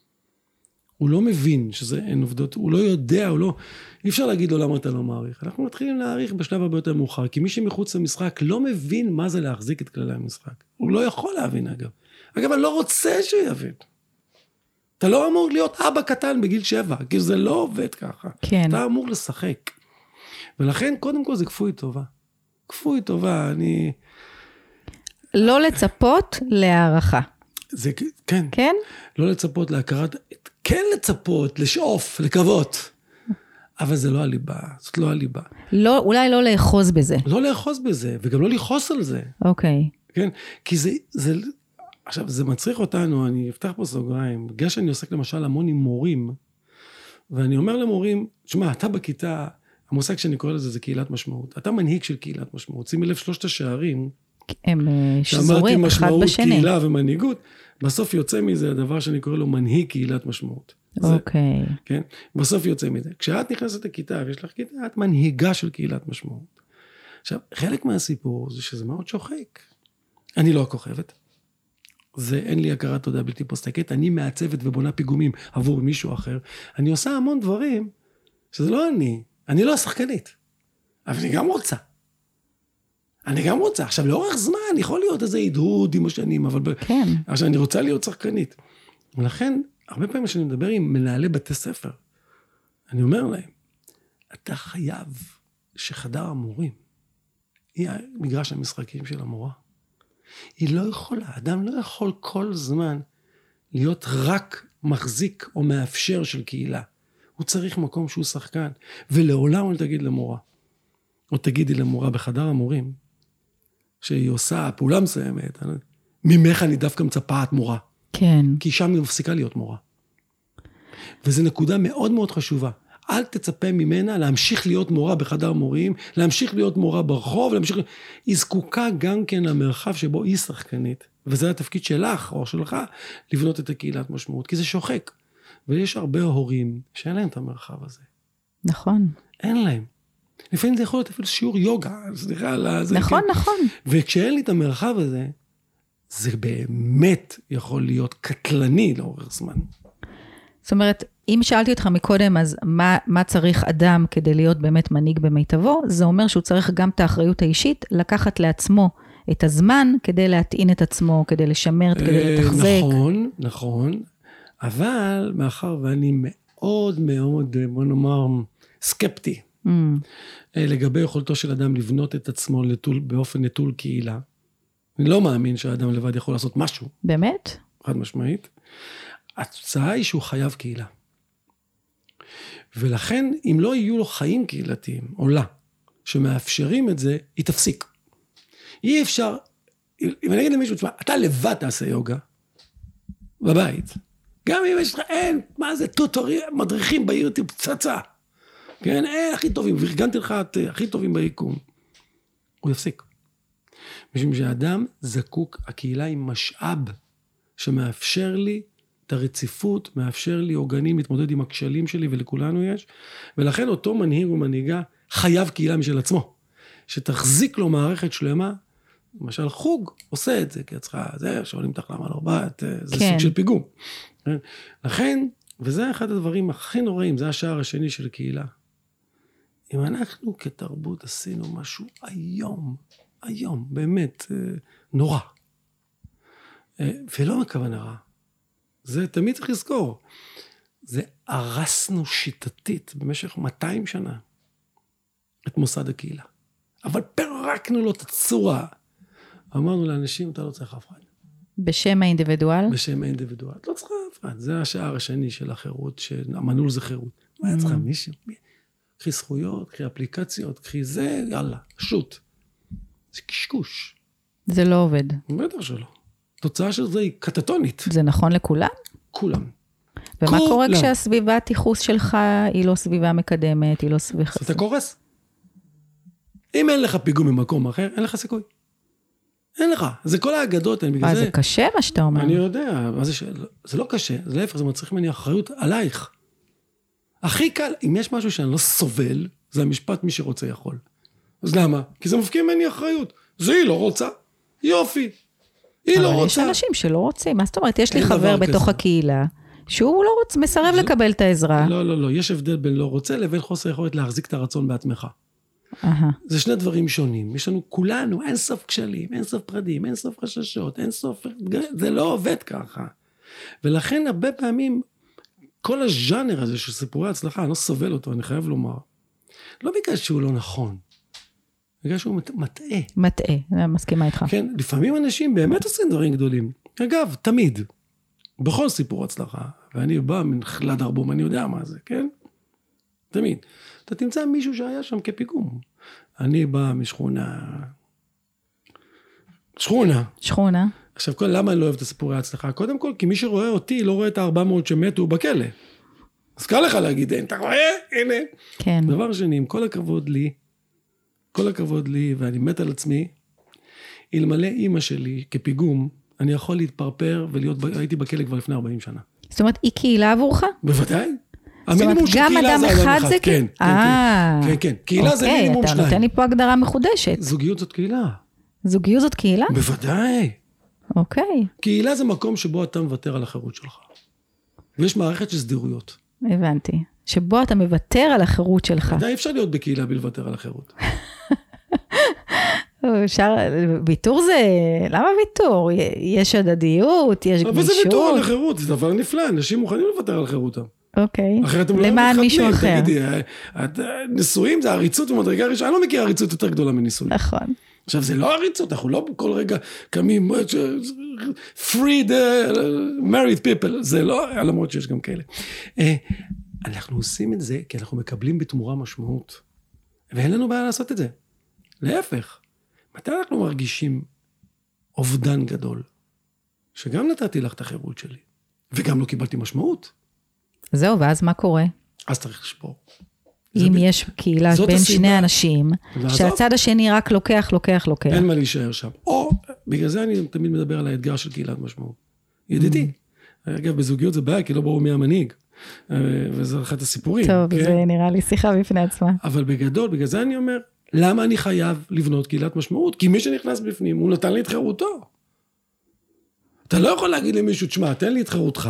הוא לא מבין שזה אין עובדות, הוא לא יודע, הוא לא... אי אפשר להגיד לו למה אתה לא מעריך. אנחנו מתחילים להעריך בשלב הרבה יותר מאוחר, כי מי שמחוץ למשחק לא מבין מה זה להחזיק את כללי המשחק. הוא לא יכול להבין, אגב. אגב, אני לא רוצה שהוא יבין. אתה לא אמור להיות אבא קטן בגיל שבע, כי זה לא עובד ככה. כן. אתה אמור לשחק. ולכן, קודם כל, זה כפוי טובה. כפוי טובה, אני... לא לצפות להערכה. זה, כן. כן? לא לצפות להכרת... כן לצפות, לשאוף, לקוות. אבל זה לא הליבה, זאת לא הליבה. לא, אולי לא לאחוז בזה. לא לאחוז בזה, וגם לא לכעוס על זה. אוקיי. כן? כי זה... זה עכשיו, זה מצריך אותנו, אני אפתח פה סוגריים, בגלל שאני עוסק למשל המון עם מורים, ואני אומר למורים, תשמע, אתה בכיתה, המושג שאני קורא לזה זה קהילת משמעות. אתה מנהיג של קהילת משמעות. שימי לב שלושת השערים, הם שזורים אחד משמעות, בשני. קהילה ומנהיגות, בסוף יוצא מזה הדבר שאני קורא לו מנהיג קהילת משמעות. אוקיי. זה, כן? בסוף יוצא מזה. כשאת נכנסת לכיתה ויש לך כיתה, את מנהיגה של קהילת משמעות. עכשיו, חלק מהסיפור זה שזה מאוד שוחק. אני לא הכוכבת. זה אין לי הכרת תודה בלתי פוסקת. אני מעצבת ובונה פיגומים עבור מישהו אחר. אני עושה המון דברים שזה לא אני. אני לא השחקנית. אבל אני גם רוצה. אני גם רוצה. עכשיו, לאורך זמן יכול להיות איזה הדהוד עם השנים, אבל... כן. עכשיו, אני רוצה להיות שחקנית. ולכן, הרבה פעמים שאני מדבר עם מנהלי בתי ספר, אני אומר להם, אתה חייב שחדר המורים היא מגרש המשחקים של המורה. היא לא יכולה, אדם לא יכול כל זמן להיות רק מחזיק או מאפשר של קהילה. הוא צריך מקום שהוא שחקן, ולעולם לא תגיד למורה, או תגידי למורה בחדר המורים, שהיא עושה פעולה מסוימת, ממך אני דווקא מצפה את מורה. כן. כי שם היא מפסיקה להיות מורה. וזו נקודה מאוד מאוד חשובה. אל אל תצפה ממנה להמשיך להיות מורה בחדר מורים, להמשיך להיות מורה ברחוב, להמשיך... היא זקוקה גם כן למרחב שבו היא שחקנית, וזה התפקיד שלך או שלך, לבנות את הקהילת משמעות, כי זה שוחק. ויש הרבה הורים שאין להם את המרחב הזה. נכון. אין להם. לפעמים זה יכול להיות אפילו שיעור יוגה, סליחה על זה. נכון, כן. נכון. וכשאין לי את המרחב הזה, זה באמת יכול להיות קטלני לאורך זמן. זאת אומרת, אם שאלתי אותך מקודם, אז מה, מה צריך אדם כדי להיות באמת מנהיג במיטבו? זה אומר שהוא צריך גם את האחריות האישית, לקחת לעצמו את הזמן, כדי להטעין את עצמו, כדי לשמר, כדי לתחזק. נכון, נכון. אבל מאחר ואני מאוד מאוד, בוא נאמר, סקפטי, mm. לגבי יכולתו של אדם לבנות את עצמו לטול, באופן נטול קהילה. אני לא מאמין שהאדם לבד יכול לעשות משהו. באמת? חד משמעית. התוצאה היא שהוא חייב קהילה. ולכן, אם לא יהיו לו חיים קהילתיים, או לה, שמאפשרים את זה, היא תפסיק. אי אפשר, אם אני אגיד למישהו, תשמע, אתה לבד תעשה יוגה, בבית. גם אם יש לך, אין, מה זה, טוטורים, מדריכים בעיר, פצצה. כן, אין, הכי טובים, וארגנתי לך את הכי טובים ביקום. הוא יפסיק. משום שהאדם זקוק, הקהילה היא משאב, שמאפשר לי את הרציפות, מאפשר לי עוגנים להתמודד עם הכשלים שלי, ולכולנו יש, ולכן אותו מנהיג ומנהיגה חייב קהילה משל עצמו, שתחזיק לו מערכת שלמה, למשל חוג עושה את זה, כי את צריכה, זה, שעולים תחלם על ארבעת, זה כן. סוג של פיגום. לכן, וזה אחד הדברים הכי נוראים, זה השער השני של קהילה. אם אנחנו כתרבות עשינו משהו היום, היום, באמת, נורא, ולא מכוונה רע, זה תמיד צריך לזכור, זה הרסנו שיטתית במשך מאתיים שנה את מוסד הקהילה. אבל פרקנו לו את הצורה. אמרנו לאנשים, אתה לא צריך אף אחד. בשם האינדיבידואל? בשם האינדיבידואל. אתה לא צריך אף אחד. זה השער השני של החירות, שהמנעול זה חירות. מה היה צריך מישהו? קחי זכויות, קחי אפליקציות, קחי זה, יאללה, שוט. זה קשקוש. זה לא עובד. בטח שלא. התוצאה של זה היא קטטונית. זה נכון לכולם? כולם. ומה קורה כשהסביבה התיחוס שלך היא לא סביבה מקדמת, היא לא סביבה... אתה קורס. אם אין לך פיגום ממקום אחר, אין לך סיכוי. אין לך. זה כל האגדות. מה, זה קשה מה שאתה אומר? אני יודע. זה לא קשה. זה להפך, זה מצריך ממני אחריות עלייך. הכי קל, אם יש משהו שאני לא סובל, זה המשפט מי שרוצה יכול. אז למה? כי זה מפקיע ממני אחריות. זה היא לא רוצה. יופי. היא לא רוצה. יש אנשים שלא רוצים. מה זאת אומרת? יש לי חבר בתוך הקהילה, שהוא לא רוצה, מסרב לקבל את העזרה. לא, לא, לא. יש הבדל בין לא רוצה לבין חוסר יכולת להחזיק את הרצון בעצמך. זה שני דברים שונים. יש לנו כולנו אין סוף כשלים, אין סוף פרדים, אין סוף חששות, אין סוף... זה לא עובד ככה. ולכן הרבה פעמים, כל הז'אנר הזה של סיפורי הצלחה, אני לא סובל אותו, אני חייב לומר. לא בגלל שהוא לא נכון. בגלל שהוא מטעה. מטעה, אני מסכימה איתך. כן, לפעמים אנשים באמת עושים דברים גדולים. אגב, תמיד. בכל סיפור הצלחה. ואני בא מן חלד הרבום, אני יודע מה זה, כן? תמיד. אתה תמצא מישהו שהיה שם כפיגום. אני בא משכונה... שכונה. שכונה. עכשיו, למה אני לא אוהב את הסיפורי ההצלחה? קודם כל, כי מי שרואה אותי לא רואה את ה-ארבע מאות שמתו בכלא. אז קל לך להגיד, אין, אתה רואה? הנה. כן. דבר שני, עם כל הכבוד לי, כל הכבוד לי, ואני מת על עצמי, אלמלא אמא שלי כפיגום, אני יכול להתפרפר ולהיות, הייתי בכלא כבר לפני ארבעים שנה. זאת אומרת, היא קהילה עבורך? בוודאי. זאת אומרת, גם אדם אחד זה כן, כן, כן. קהילה זה מינימום שניים. אתה נותן לי פה הגדרה מחודשת. זוגיות זאת קהילה. זוגיות זאת קהילה? בוודאי. אוקיי. קהילה זה מקום שבו אתה מוותר על החירות שלך. ויש מערכת של סדירויות. הבנתי. שבו אתה מוותר על החירות שלך. ודאי אפשר להיות בקהילה בלוותר על החירות. אפשר, ויתור זה, למה ויתור? יש הדדיות, יש גמישות. אבל זה ויתור על החירות, זה דבר נפלא, אנשים מוכנים לוותר על חירותם. אוקיי. אחרת הם לא למען מישהו אחר. תגידי, נישואים זה עריצות ומדרגה ראשונה, אני לא מכיר עריצות יותר גדולה מנישואים. נכון. עכשיו זה לא עריצות, אנחנו לא כל רגע קמים, free the married people, זה לא, למרות שיש גם כאלה. אנחנו עושים את זה כי אנחנו מקבלים בתמורה משמעות, ואין לנו בעיה לעשות את זה. להפך, מתי אנחנו מרגישים אובדן גדול, שגם נתתי לך את החירות שלי, וגם לא קיבלתי משמעות. זהו, ואז מה קורה? אז צריך לשבור. אם יש קהילה בין שני אנשים, שהצד השני רק לוקח, לוקח, לוקח. אין מה להישאר שם. או, בגלל זה אני תמיד מדבר על האתגר של קהילת משמעות. ידידי. אגב, בזוגיות זה בעיה, כי לא ברור מי המנהיג. וזה אחד הסיפורים. טוב, זה נראה לי שיחה בפני עצמה. אבל בגדול, בגלל זה אני אומר, למה אני חייב לבנות קהילת משמעות? כי מי שנכנס בפנים, הוא נתן לי את חירותו. אתה לא יכול להגיד למישהו, תשמע, תן לי את חירותך,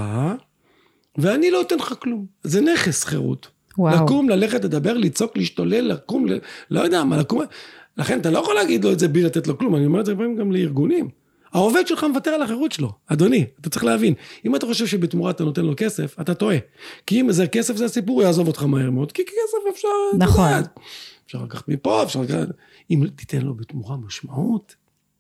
ואני לא אתן לך כלום. זה נכס חירות. וואו. לקום, ללכת, לדבר, לצעוק, להשתולל, לקום, ל... לא יודע מה, לקום. לכן, אתה לא יכול להגיד לו את זה בלי לתת לו כלום. אני אומר את זה גם לארגונים. העובד שלך מוותר על החירות שלו. אדוני, אתה צריך להבין. אם אתה חושב שבתמורה אתה נותן לו כסף, אתה טועה. כי אם זה כסף, זה הסיפור, הוא יעזוב אותך מהר מאוד. כי כסף אפשר... נכון. אפשר לקחת מפה, אפשר לקחת... אם תיתן לו בתמורה משמעות,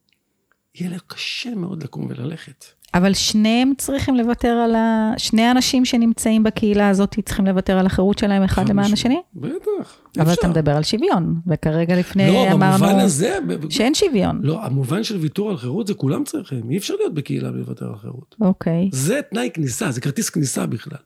יהיה לו קשה מאוד לקום וללכת. אבל שניהם צריכים לוותר על ה... שני האנשים שנמצאים בקהילה הזאת צריכים לוותר על החירות שלהם אחד למען השני? בטח. אבל אתה מדבר על שוויון, וכרגע לפני לא, אמרנו במובן הזה, שאין שוויון. לא, המובן של ויתור על חירות זה כולם צריכים. אי אפשר להיות בקהילה לוותר על חירות. אוקיי. זה תנאי כניסה, זה כרטיס כניסה בכלל.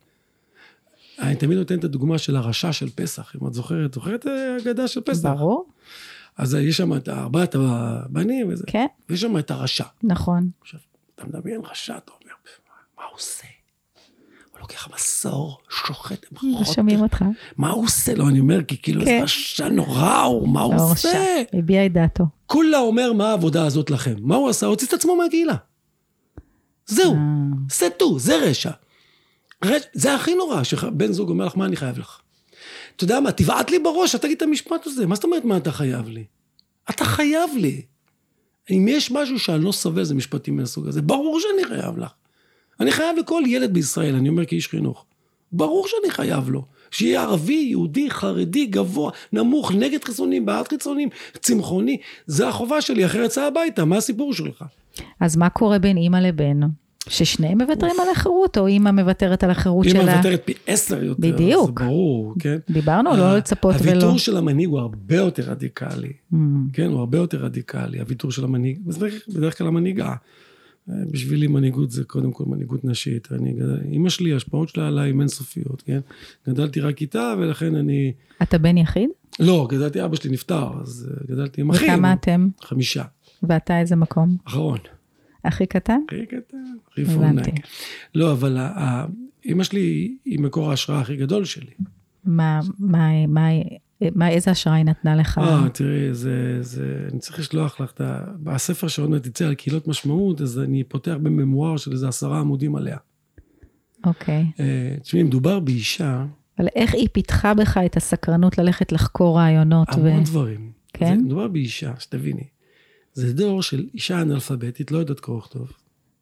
אני תמיד נותן את הדוגמה של הרשע של פסח, אם את זוכרת, זוכרת הגדה של פסח? ברור. אז יש שם את ארבעת הבנים וזה. כן. ויש שם את הרשע. נכון. עכשיו, אתה מדמיין רשע, אתה אומר, מה הוא עושה? הוא לוקח מסור, שוחט, לא שומעים אותך. מה הוא עושה? לא, אני אומר, כי כאילו זה רשע נורא, מה הוא עושה? הביע את דעתו. כולה אומר, מה העבודה הזאת לכם? מה הוא עשה? הוציא את עצמו מהקהילה. זהו, זה טו, זה רשע. זה הכי נורא, שבן זוג אומר לך, מה אני חייב לך? אתה יודע מה, תבעט לי בראש, אתה תגיד את המשפט הזה. מה זאת אומרת, מה אתה חייב לי? אתה חייב לי. אם יש משהו שאני לא סבל, זה משפטים מהסוג הזה. ברור שאני חייב לך. אני חייב לכל ילד בישראל, אני אומר כאיש חינוך. ברור שאני חייב לו. שיהיה ערבי, יהודי, חרדי, גבוה, נמוך, נגד חיצונים, בעד חיצונים, צמחוני. זה החובה שלי, אחרת צא הביתה. מה הסיפור שלך? אז מה קורה בין אמא לבן? ששניהם מוותרים על החירות, או אמא מוותרת על החירות שלה? אמא מוותרת פי עשר יותר. בדיוק. זה ברור, כן? דיברנו, לא לצפות ולא. הוויתור של המנהיג הוא הרבה יותר רדיקלי. כן, הוא הרבה יותר רדיקלי. הוויתור של המנהיג, בדרך כלל המנהיגה. בשבילי מנהיגות זה קודם כל מנהיגות נשית. אמא שלי, ההשפעות שלה עליי הן אינסופיות, כן? גדלתי רק איתה, ולכן אני... אתה בן יחיד? לא, גדלתי, אבא שלי נפטר, אז גדלתי עם אחים. וכמה אתם? חמישה. ואתה איזה מקום? אחרון. הכי קטן? הכי קטן, הכי פורנק. לא, אבל אמא שלי היא מקור ההשראה הכי גדול שלי. מה, מה, מה, מה, איזה השראה היא נתנה לך? אה, תראי, זה, זה, אני צריך לשלוח לך את ה... בספר שעוד מעט יצא על קהילות משמעות, אז אני פותח בממואר של איזה עשרה עמודים עליה. אוקיי. תשמעי, מדובר באישה... אבל איך היא פיתחה בך את הסקרנות ללכת לחקור רעיונות? המון דברים. כן? זה, מדובר באישה, שתביני. זה דור של אישה אנאלפביתית, לא יודעת קרוא וכתוב.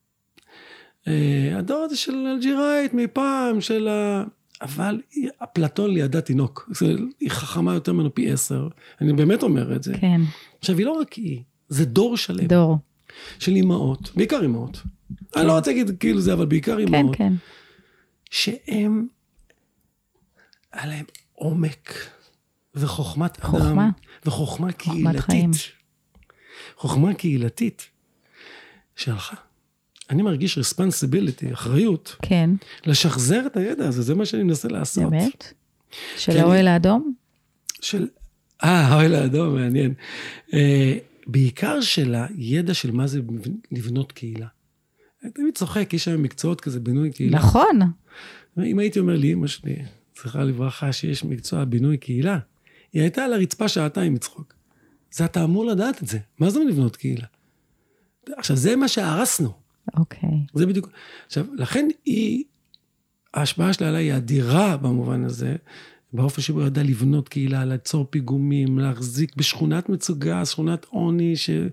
הדור הזה של אלג'יראית מפעם, של ה... אבל אפלטון לידה תינוק. היא חכמה יותר ממנו פי עשר. אני באמת אומר את זה. כן. עכשיו, היא לא רק היא, זה דור שלם. דור. של אימהות, בעיקר אימהות. אני לא רוצה להגיד כאילו זה, אבל בעיקר אימהות. כן, כן. שהם, עליהם עומק וחוכמת אדם. חוכמה. וחוכמה קהילתית. חוכמה קהילתית שלך. אני מרגיש responsibility, אחריות. כן. לשחזר את הידע הזה, זה מה שאני מנסה לעשות. באמת? של האוהל האדום? של, אה, האוהל האדום, מעניין. אה, בעיקר של הידע של מה זה לבנות קהילה. אני תמיד צוחק, יש שם מקצועות כזה, בינוי קהילה. נכון. אם הייתי אומר לי, אמא שלי, צריכה לברכה שיש מקצוע בינוי קהילה, היא הייתה על הרצפה שעתיים מצחוק. זה אתה אמור לדעת את זה. מה זה לבנות קהילה? עכשיו, זה מה שהרסנו. אוקיי. זה בדיוק. עכשיו, לכן היא, ההשפעה שלה עליי היא אדירה במובן הזה, באופן שבו ידעה לבנות קהילה, ליצור פיגומים, להחזיק בשכונת מצוגה, שכונת עוני, שאתה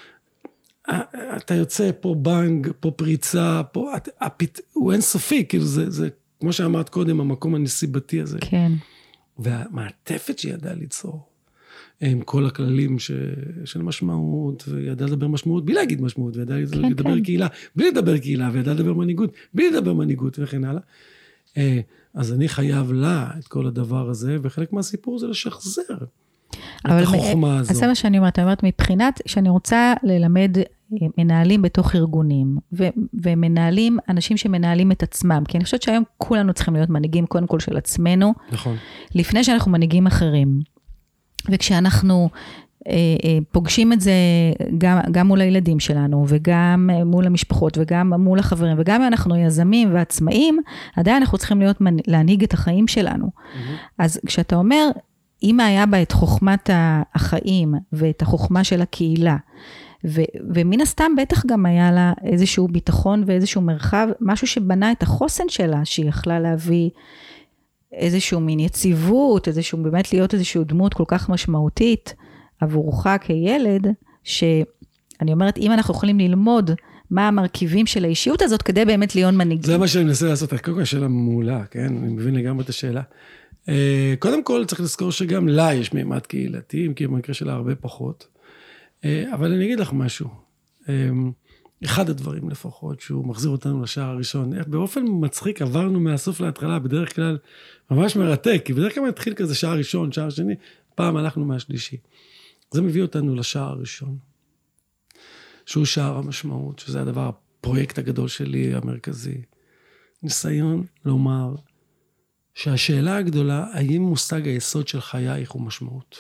יוצא פה בנג, פה פריצה, פה, הפת... הוא אינסופי, כאילו זה, זה, כמו שאמרת קודם, המקום הנסיבתי הזה. כן. והמעטפת שידעה ליצור, עם כל הכללים ש... של משמעות, וידעה לדבר משמעות, בלי להגיד משמעות, וידעה כן, לדבר כן. קהילה, בלי לדבר קהילה, וידעה לדבר מנהיגות, בלי לדבר מנהיגות, וכן הלאה. אז אני חייב לה את כל הדבר הזה, וחלק מהסיפור זה לשחזר את החוכמה הזאת. אז זה מה שאני אומרת, אני אומרת, מבחינת שאני רוצה ללמד מנהלים בתוך ארגונים, ו- ומנהלים, אנשים שמנהלים את עצמם, כי אני חושבת שהיום כולנו צריכים להיות מנהיגים קודם כל של עצמנו, נכון. לפני שאנחנו מנהיגים אחרים. וכשאנחנו אה, אה, פוגשים את זה גם, גם מול הילדים שלנו, וגם מול המשפחות, וגם מול החברים, וגם אנחנו יזמים ועצמאים, עדיין אנחנו צריכים להיות, להנהיג את החיים שלנו. Mm-hmm. אז כשאתה אומר, אם היה בה את חוכמת החיים, ואת החוכמה של הקהילה, ו, ומן הסתם בטח גם היה לה איזשהו ביטחון, ואיזשהו מרחב, משהו שבנה את החוסן שלה, שהיא יכלה להביא איזשהו מין יציבות, איזשהו באמת להיות איזשהו דמות כל כך משמעותית, עבורך כילד, שאני אומרת, אם אנחנו יכולים ללמוד מה המרכיבים של האישיות הזאת, כדי באמת להיות מנהיגים. זה מה שאני מנסה לעשות, קודם כל השאלה מעולה, כן? אני מבין לגמרי את השאלה. קודם כל צריך לזכור שגם לה יש מימד קהילתי, כי במקרה שלה הרבה פחות. אבל אני אגיד לך משהו. אחד הדברים לפחות, שהוא מחזיר אותנו לשער הראשון, באופן מצחיק עברנו מהסוף להתחלה, בדרך כלל ממש מרתק, כי בדרך כלל מתחיל כזה שער ראשון, שער שני, פעם הלכנו מהשלישי. זה מביא אותנו לשער הראשון, שהוא שער המשמעות, שזה הדבר, הפרויקט הגדול שלי, המרכזי. ניסיון לומר שהשאלה הגדולה, האם מושג היסוד של חייך הוא משמעות?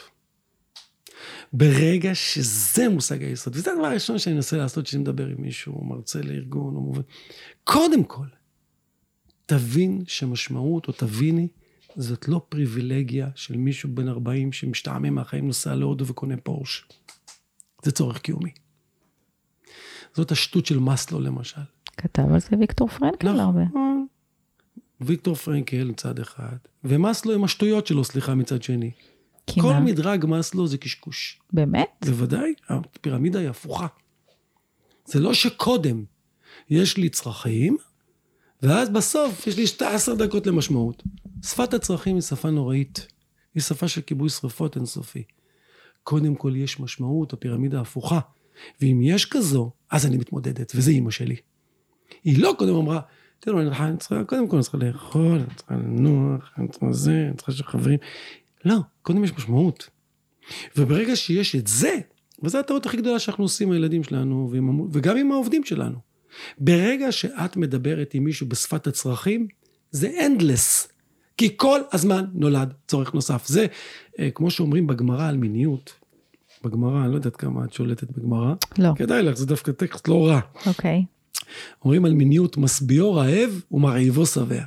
ברגע שזה מושג היסוד, וזה הדבר הראשון שאני אנסה לעשות, שאני מדבר עם מישהו, או מרצה לארגון, או מובן. קודם כל, תבין שמשמעות, או תביני, זאת לא פריבילגיה של מישהו בן ארבעים, שמשתעמם מהחיים, נוסע להודו וקונה פורש. זה צורך קיומי. זאת השטות של מסלו, למשל. כתב על זה ויקטור פרנקל הרבה. ויקטור פרנקל מצד אחד, ומסלו עם השטויות שלו, סליחה, מצד שני. כל מדרג מסלו זה קשקוש. באמת? בוודאי, הפירמידה היא הפוכה. זה לא שקודם יש לי צרכים, ואז בסוף יש לי שתי עשר דקות למשמעות. שפת הצרכים היא שפה נוראית. היא שפה של כיבוי שריפות אינסופי. קודם כל יש משמעות, הפירמידה הפוכה. ואם יש כזו, אז אני מתמודדת, וזה אימא שלי. היא לא קודם אמרה, תראו, אני צריכה, קודם כל אני צריכה לאכול, אני צריכה לנוח, אני צריכה זה, אני צריכה שחברים. לא, קודם יש משמעות. וברגע שיש את זה, וזו הטעות הכי גדולה שאנחנו עושים עם הילדים שלנו, וגם עם העובדים שלנו. ברגע שאת מדברת עם מישהו בשפת הצרכים, זה endless. כי כל הזמן נולד צורך נוסף. זה, כמו שאומרים בגמרא על מיניות, בגמרא, אני לא יודעת כמה את שולטת בגמרא. לא. כדאי לך, זה דווקא טקסט לא רע. אוקיי. אומרים על מיניות, משביעו רעב ומרעיבו שבע.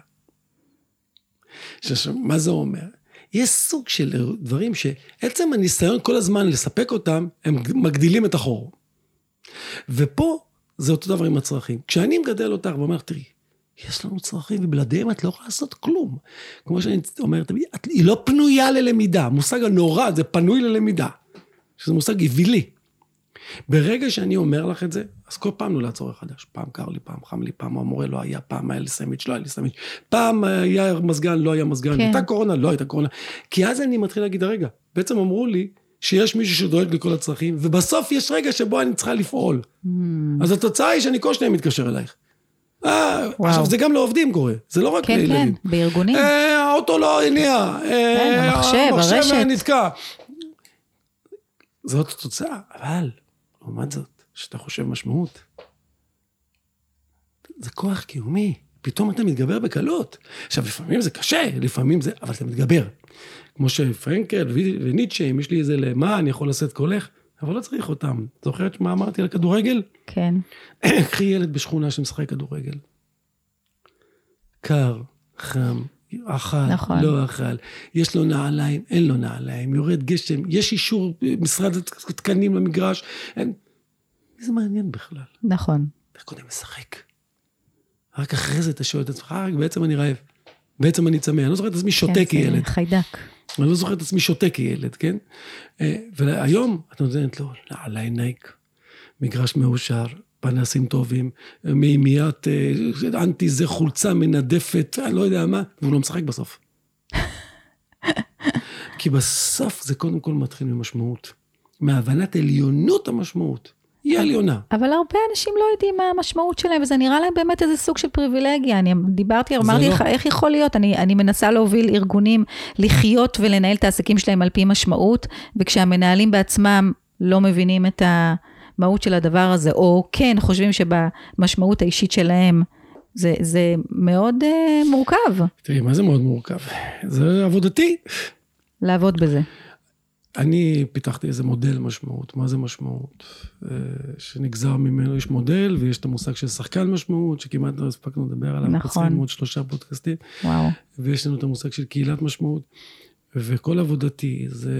מה זה אומר? יש סוג של דברים שעצם הניסיון כל הזמן לספק אותם, הם מגדילים את החור. ופה זה אותו דבר עם הצרכים. כשאני מגדל אותך ואומר, תראי, יש לנו צרכים ובלעדיהם את לא יכולה לעשות כלום. כמו שאני אומרת, היא לא פנויה ללמידה. המושג הנורא זה פנוי ללמידה. שזה מושג יבילי. ברגע שאני אומר לך את זה, אז כל פעם נולד צורך חדש. פעם קר לי, פעם חם לי, פעם המורה לא היה, פעם היה לי סמיץ', לא היה לי סמיץ', פעם היה מזגן, לא היה מזגן, כן. הייתה קורונה, לא הייתה קורונה. כי אז אני מתחיל להגיד, הרגע, בעצם אמרו לי שיש מישהו שדואג לכל הצרכים, ובסוף יש רגע שבו אני צריכה לפעול. Mm. אז התוצאה היא שאני כל שניים מתקשר אלייך. אה, עכשיו זה גם לעובדים קורה, זה לא רק כן, לילדים. כן, בארגונים. אה, האוטו לא הניע, כן, המחשב, הרשת. נתקע. זאת התוצאה, אבל, לעומת זאת, שאתה חושב משמעות, זה כוח קיומי, פתאום אתה מתגבר בקלות. עכשיו, לפעמים זה קשה, לפעמים זה, אבל אתה מתגבר. כמו שפרנקל וניטשה, אם יש לי איזה למה, אני יכול לשאת קולך, אבל לא צריך אותם. זוכרת מה אמרתי על כדורגל? כן. קחי ילד בשכונה שמשחק כדורגל. קר, חם, אכל, נכון. לא אכל, יש לו נעליים, אין לו נעליים, יורד גשם, יש אישור משרד תקנים למגרש, אין... זה מעניין בכלל. נכון. אתה קודם משחק. רק אחרי זה אתה שואל את עצמך, בעצם אני רעב, בעצם אני צמא, אני לא זוכר את עצמי שותה כן, כילד. כן, חיידק. אני לא זוכר את עצמי שותה כילד, כן? והיום את נותנת לו, נעליים נייק, מגרש מאושר, פנסים טובים, מימיית אנטי זה חולצה מנדפת, אני לא יודע מה, והוא לא משחק בסוף. כי בסוף זה קודם כל מתחיל ממשמעות. מהבנת עליונות המשמעות. היא עליונה. אבל הרבה אנשים לא יודעים מה המשמעות שלהם, וזה נראה להם באמת איזה סוג של פריבילגיה. אני דיברתי, אמרתי לך, איך יכול להיות? אני, אני מנסה להוביל ארגונים לחיות ולנהל את העסקים שלהם על פי משמעות, וכשהמנהלים בעצמם לא מבינים את ה... המהות של הדבר הזה, או כן חושבים שבמשמעות האישית שלהם, זה, זה מאוד uh, מורכב. תראי, מה זה מאוד מורכב? זה עבודתי. לעבוד בזה. אני פיתחתי איזה מודל משמעות. מה זה משמעות? שנגזר ממנו, יש מודל, ויש את המושג של שחקן משמעות, שכמעט לא הספקנו לדבר עליו. נכון. צריכים עוד שלושה פודקאסטים. וואו. ויש לנו את המושג של קהילת משמעות. וכל עבודתי זה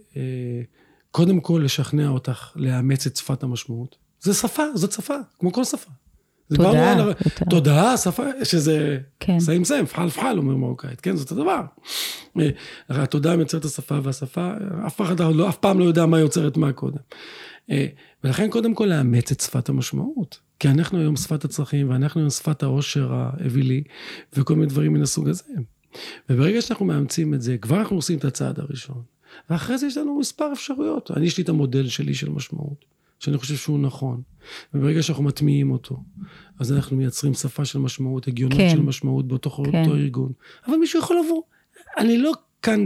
קודם כל לשכנע אותך לאמץ את שפת המשמעות. זה שפה, זאת שפה, כמו כל שפה. תודה. על... תודה, שפה, שזה כן. סיים סיים, פחל פחל, אומר מרוקאית, כן, זאת הדבר. הרי התודה מייצרת השפה, והשפה, אף פעם לא, אף פעם לא יודע מה יוצרת מה קודם. ולכן קודם כל לאמץ את שפת המשמעות. כי אנחנו היום שפת הצרכים, ואנחנו היום שפת העושר האווילי, וכל מיני דברים מן הסוג הזה. וברגע שאנחנו מאמצים את זה, כבר אנחנו עושים את הצעד הראשון. ואחרי זה יש לנו מספר אפשרויות. אני יש לי את המודל שלי של משמעות, שאני חושב שהוא נכון. וברגע שאנחנו מטמיעים אותו, אז אנחנו מייצרים שפה של משמעות, הגיונות כן. של משמעות באותו כן. אותו ארגון. אבל מישהו יכול לבוא. אני לא כאן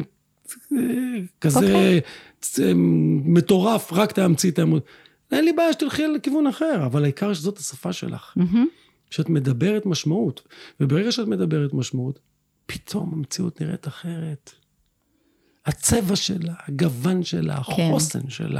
כזה okay. מטורף, רק תאמצי את העמוד. אין לי בעיה שתלכי לכיוון אחר, אבל העיקר שזאת השפה שלך. Mm-hmm. שאת מדברת משמעות. וברגע שאת מדברת משמעות, פתאום המציאות נראית אחרת. הצבע שלה, הגוון שלה, החוסן כן. שלה.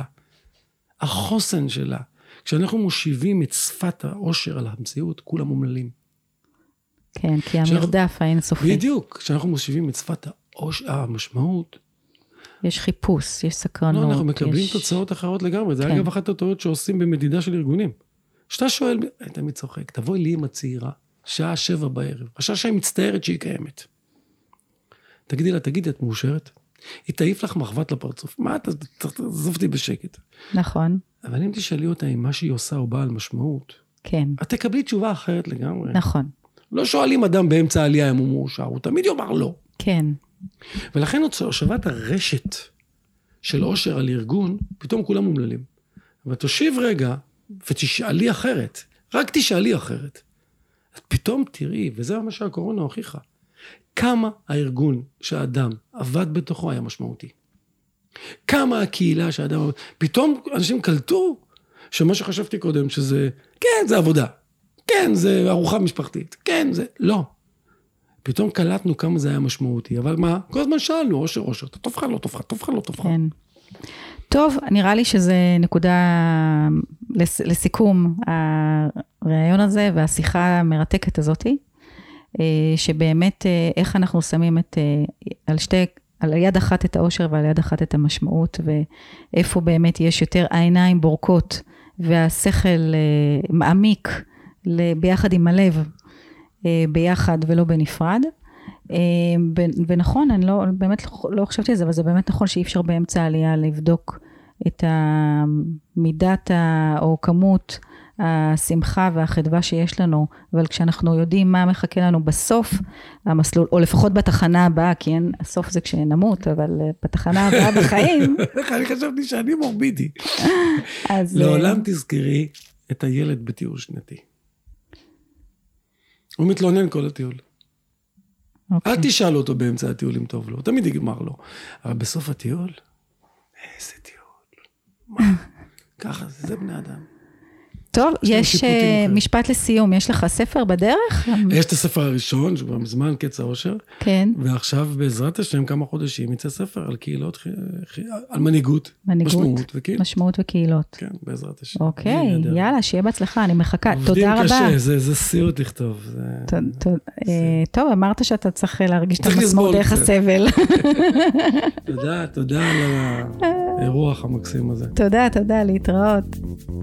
החוסן שלה. כשאנחנו מושיבים את שפת העושר על המציאות, כולם מומללים. כן, כי המרדף האינסופי. בדיוק. כשאנחנו מושיבים את שפת העושר, המשמעות. יש חיפוש, יש סקרנות. לא, אנחנו מקבלים יש... תוצאות אחרות לגמרי. זה כן. אגב אחת התוצאות שעושים במדידה של ארגונים. שאתה שואל, אני תמיד צוחק, תבואי לי עם הצעירה, שעה שבע בערב, השעה שהיא מצטערת שהיא קיימת. תגידי לה, תגידי, את מאושרת? היא תעיף לך מחוות לפרצוף. מה, תעזוב אותי בשקט. נכון. אבל אם תשאלי אותה אם מה שהיא עושה הוא בעל משמעות, כן. את תקבלי תשובה אחרת לגמרי. נכון. לא שואלים אדם באמצע העלייה אם הוא מאושר, הוא תמיד יאמר לא. כן. ולכן הושבת הרשת של עושר על ארגון, פתאום כולם מומללים. ותושיב רגע ותשאלי אחרת, רק תשאלי אחרת. פתאום תראי, וזה מה שהקורונה הוכיחה, כמה הארגון שהאדם עבד בתוכו היה משמעותי. כמה הקהילה שהאדם עבד, פתאום אנשים קלטו שמה שחשבתי קודם, שזה, כן, זה עבודה, כן, זה ארוחה משפחתית, כן, זה, לא. פתאום קלטנו כמה זה היה משמעותי, אבל מה? כל הזמן שאלנו, אושר, אושר, אתה טוב לך, לא טוב לך, טוב לך, לא טוב לך. כן. טוב, נראה לי שזה נקודה לסיכום הרעיון הזה, והשיחה המרתקת הזאת, שבאמת איך אנחנו שמים את, על שתי, על יד אחת את האושר ועל יד אחת את המשמעות, ואיפה באמת יש יותר העיניים בורקות, והשכל מעמיק ביחד עם הלב, ביחד ולא בנפרד. ונכון, אני לא, באמת לא חשבתי על זה, אבל זה באמת נכון שאי אפשר באמצע העלייה לבדוק את מידת או כמות השמחה והחדווה שיש לנו, אבל כשאנחנו יודעים מה מחכה לנו בסוף המסלול, או לפחות בתחנה הבאה, כי אין, הסוף זה כשנמות, אבל בתחנה הבאה בחיים. אני חשבתי שאני מורבידי. לעולם תזכרי את הילד בטיול שנתי. הוא מתלונן כל הטיול. אל תשאל אותו באמצע הטיול אם טוב לו, תמיד יגמר לו. אבל בסוף הטיול, איזה טיול. מה? ככה, זה בני אדם. טוב, יש משפט לסיום, יש לך ספר בדרך? יש את הספר הראשון, שכבר מזמן קץ האושר. כן. ועכשיו בעזרת השם כמה חודשים יצא ספר על קהילות, על מנהיגות, משמעות וקהילות. משמעות וקהילות. כן, בעזרת השם. אוקיי, יאללה, שיהיה בהצלחה, אני מחכה. תודה רבה. עובדים קשה, זה סיוט לכתוב. טוב, אמרת שאתה צריך להרגיש את המשמעות דרך הסבל. תודה, תודה על האירוח המקסים הזה. תודה, תודה, להתראות.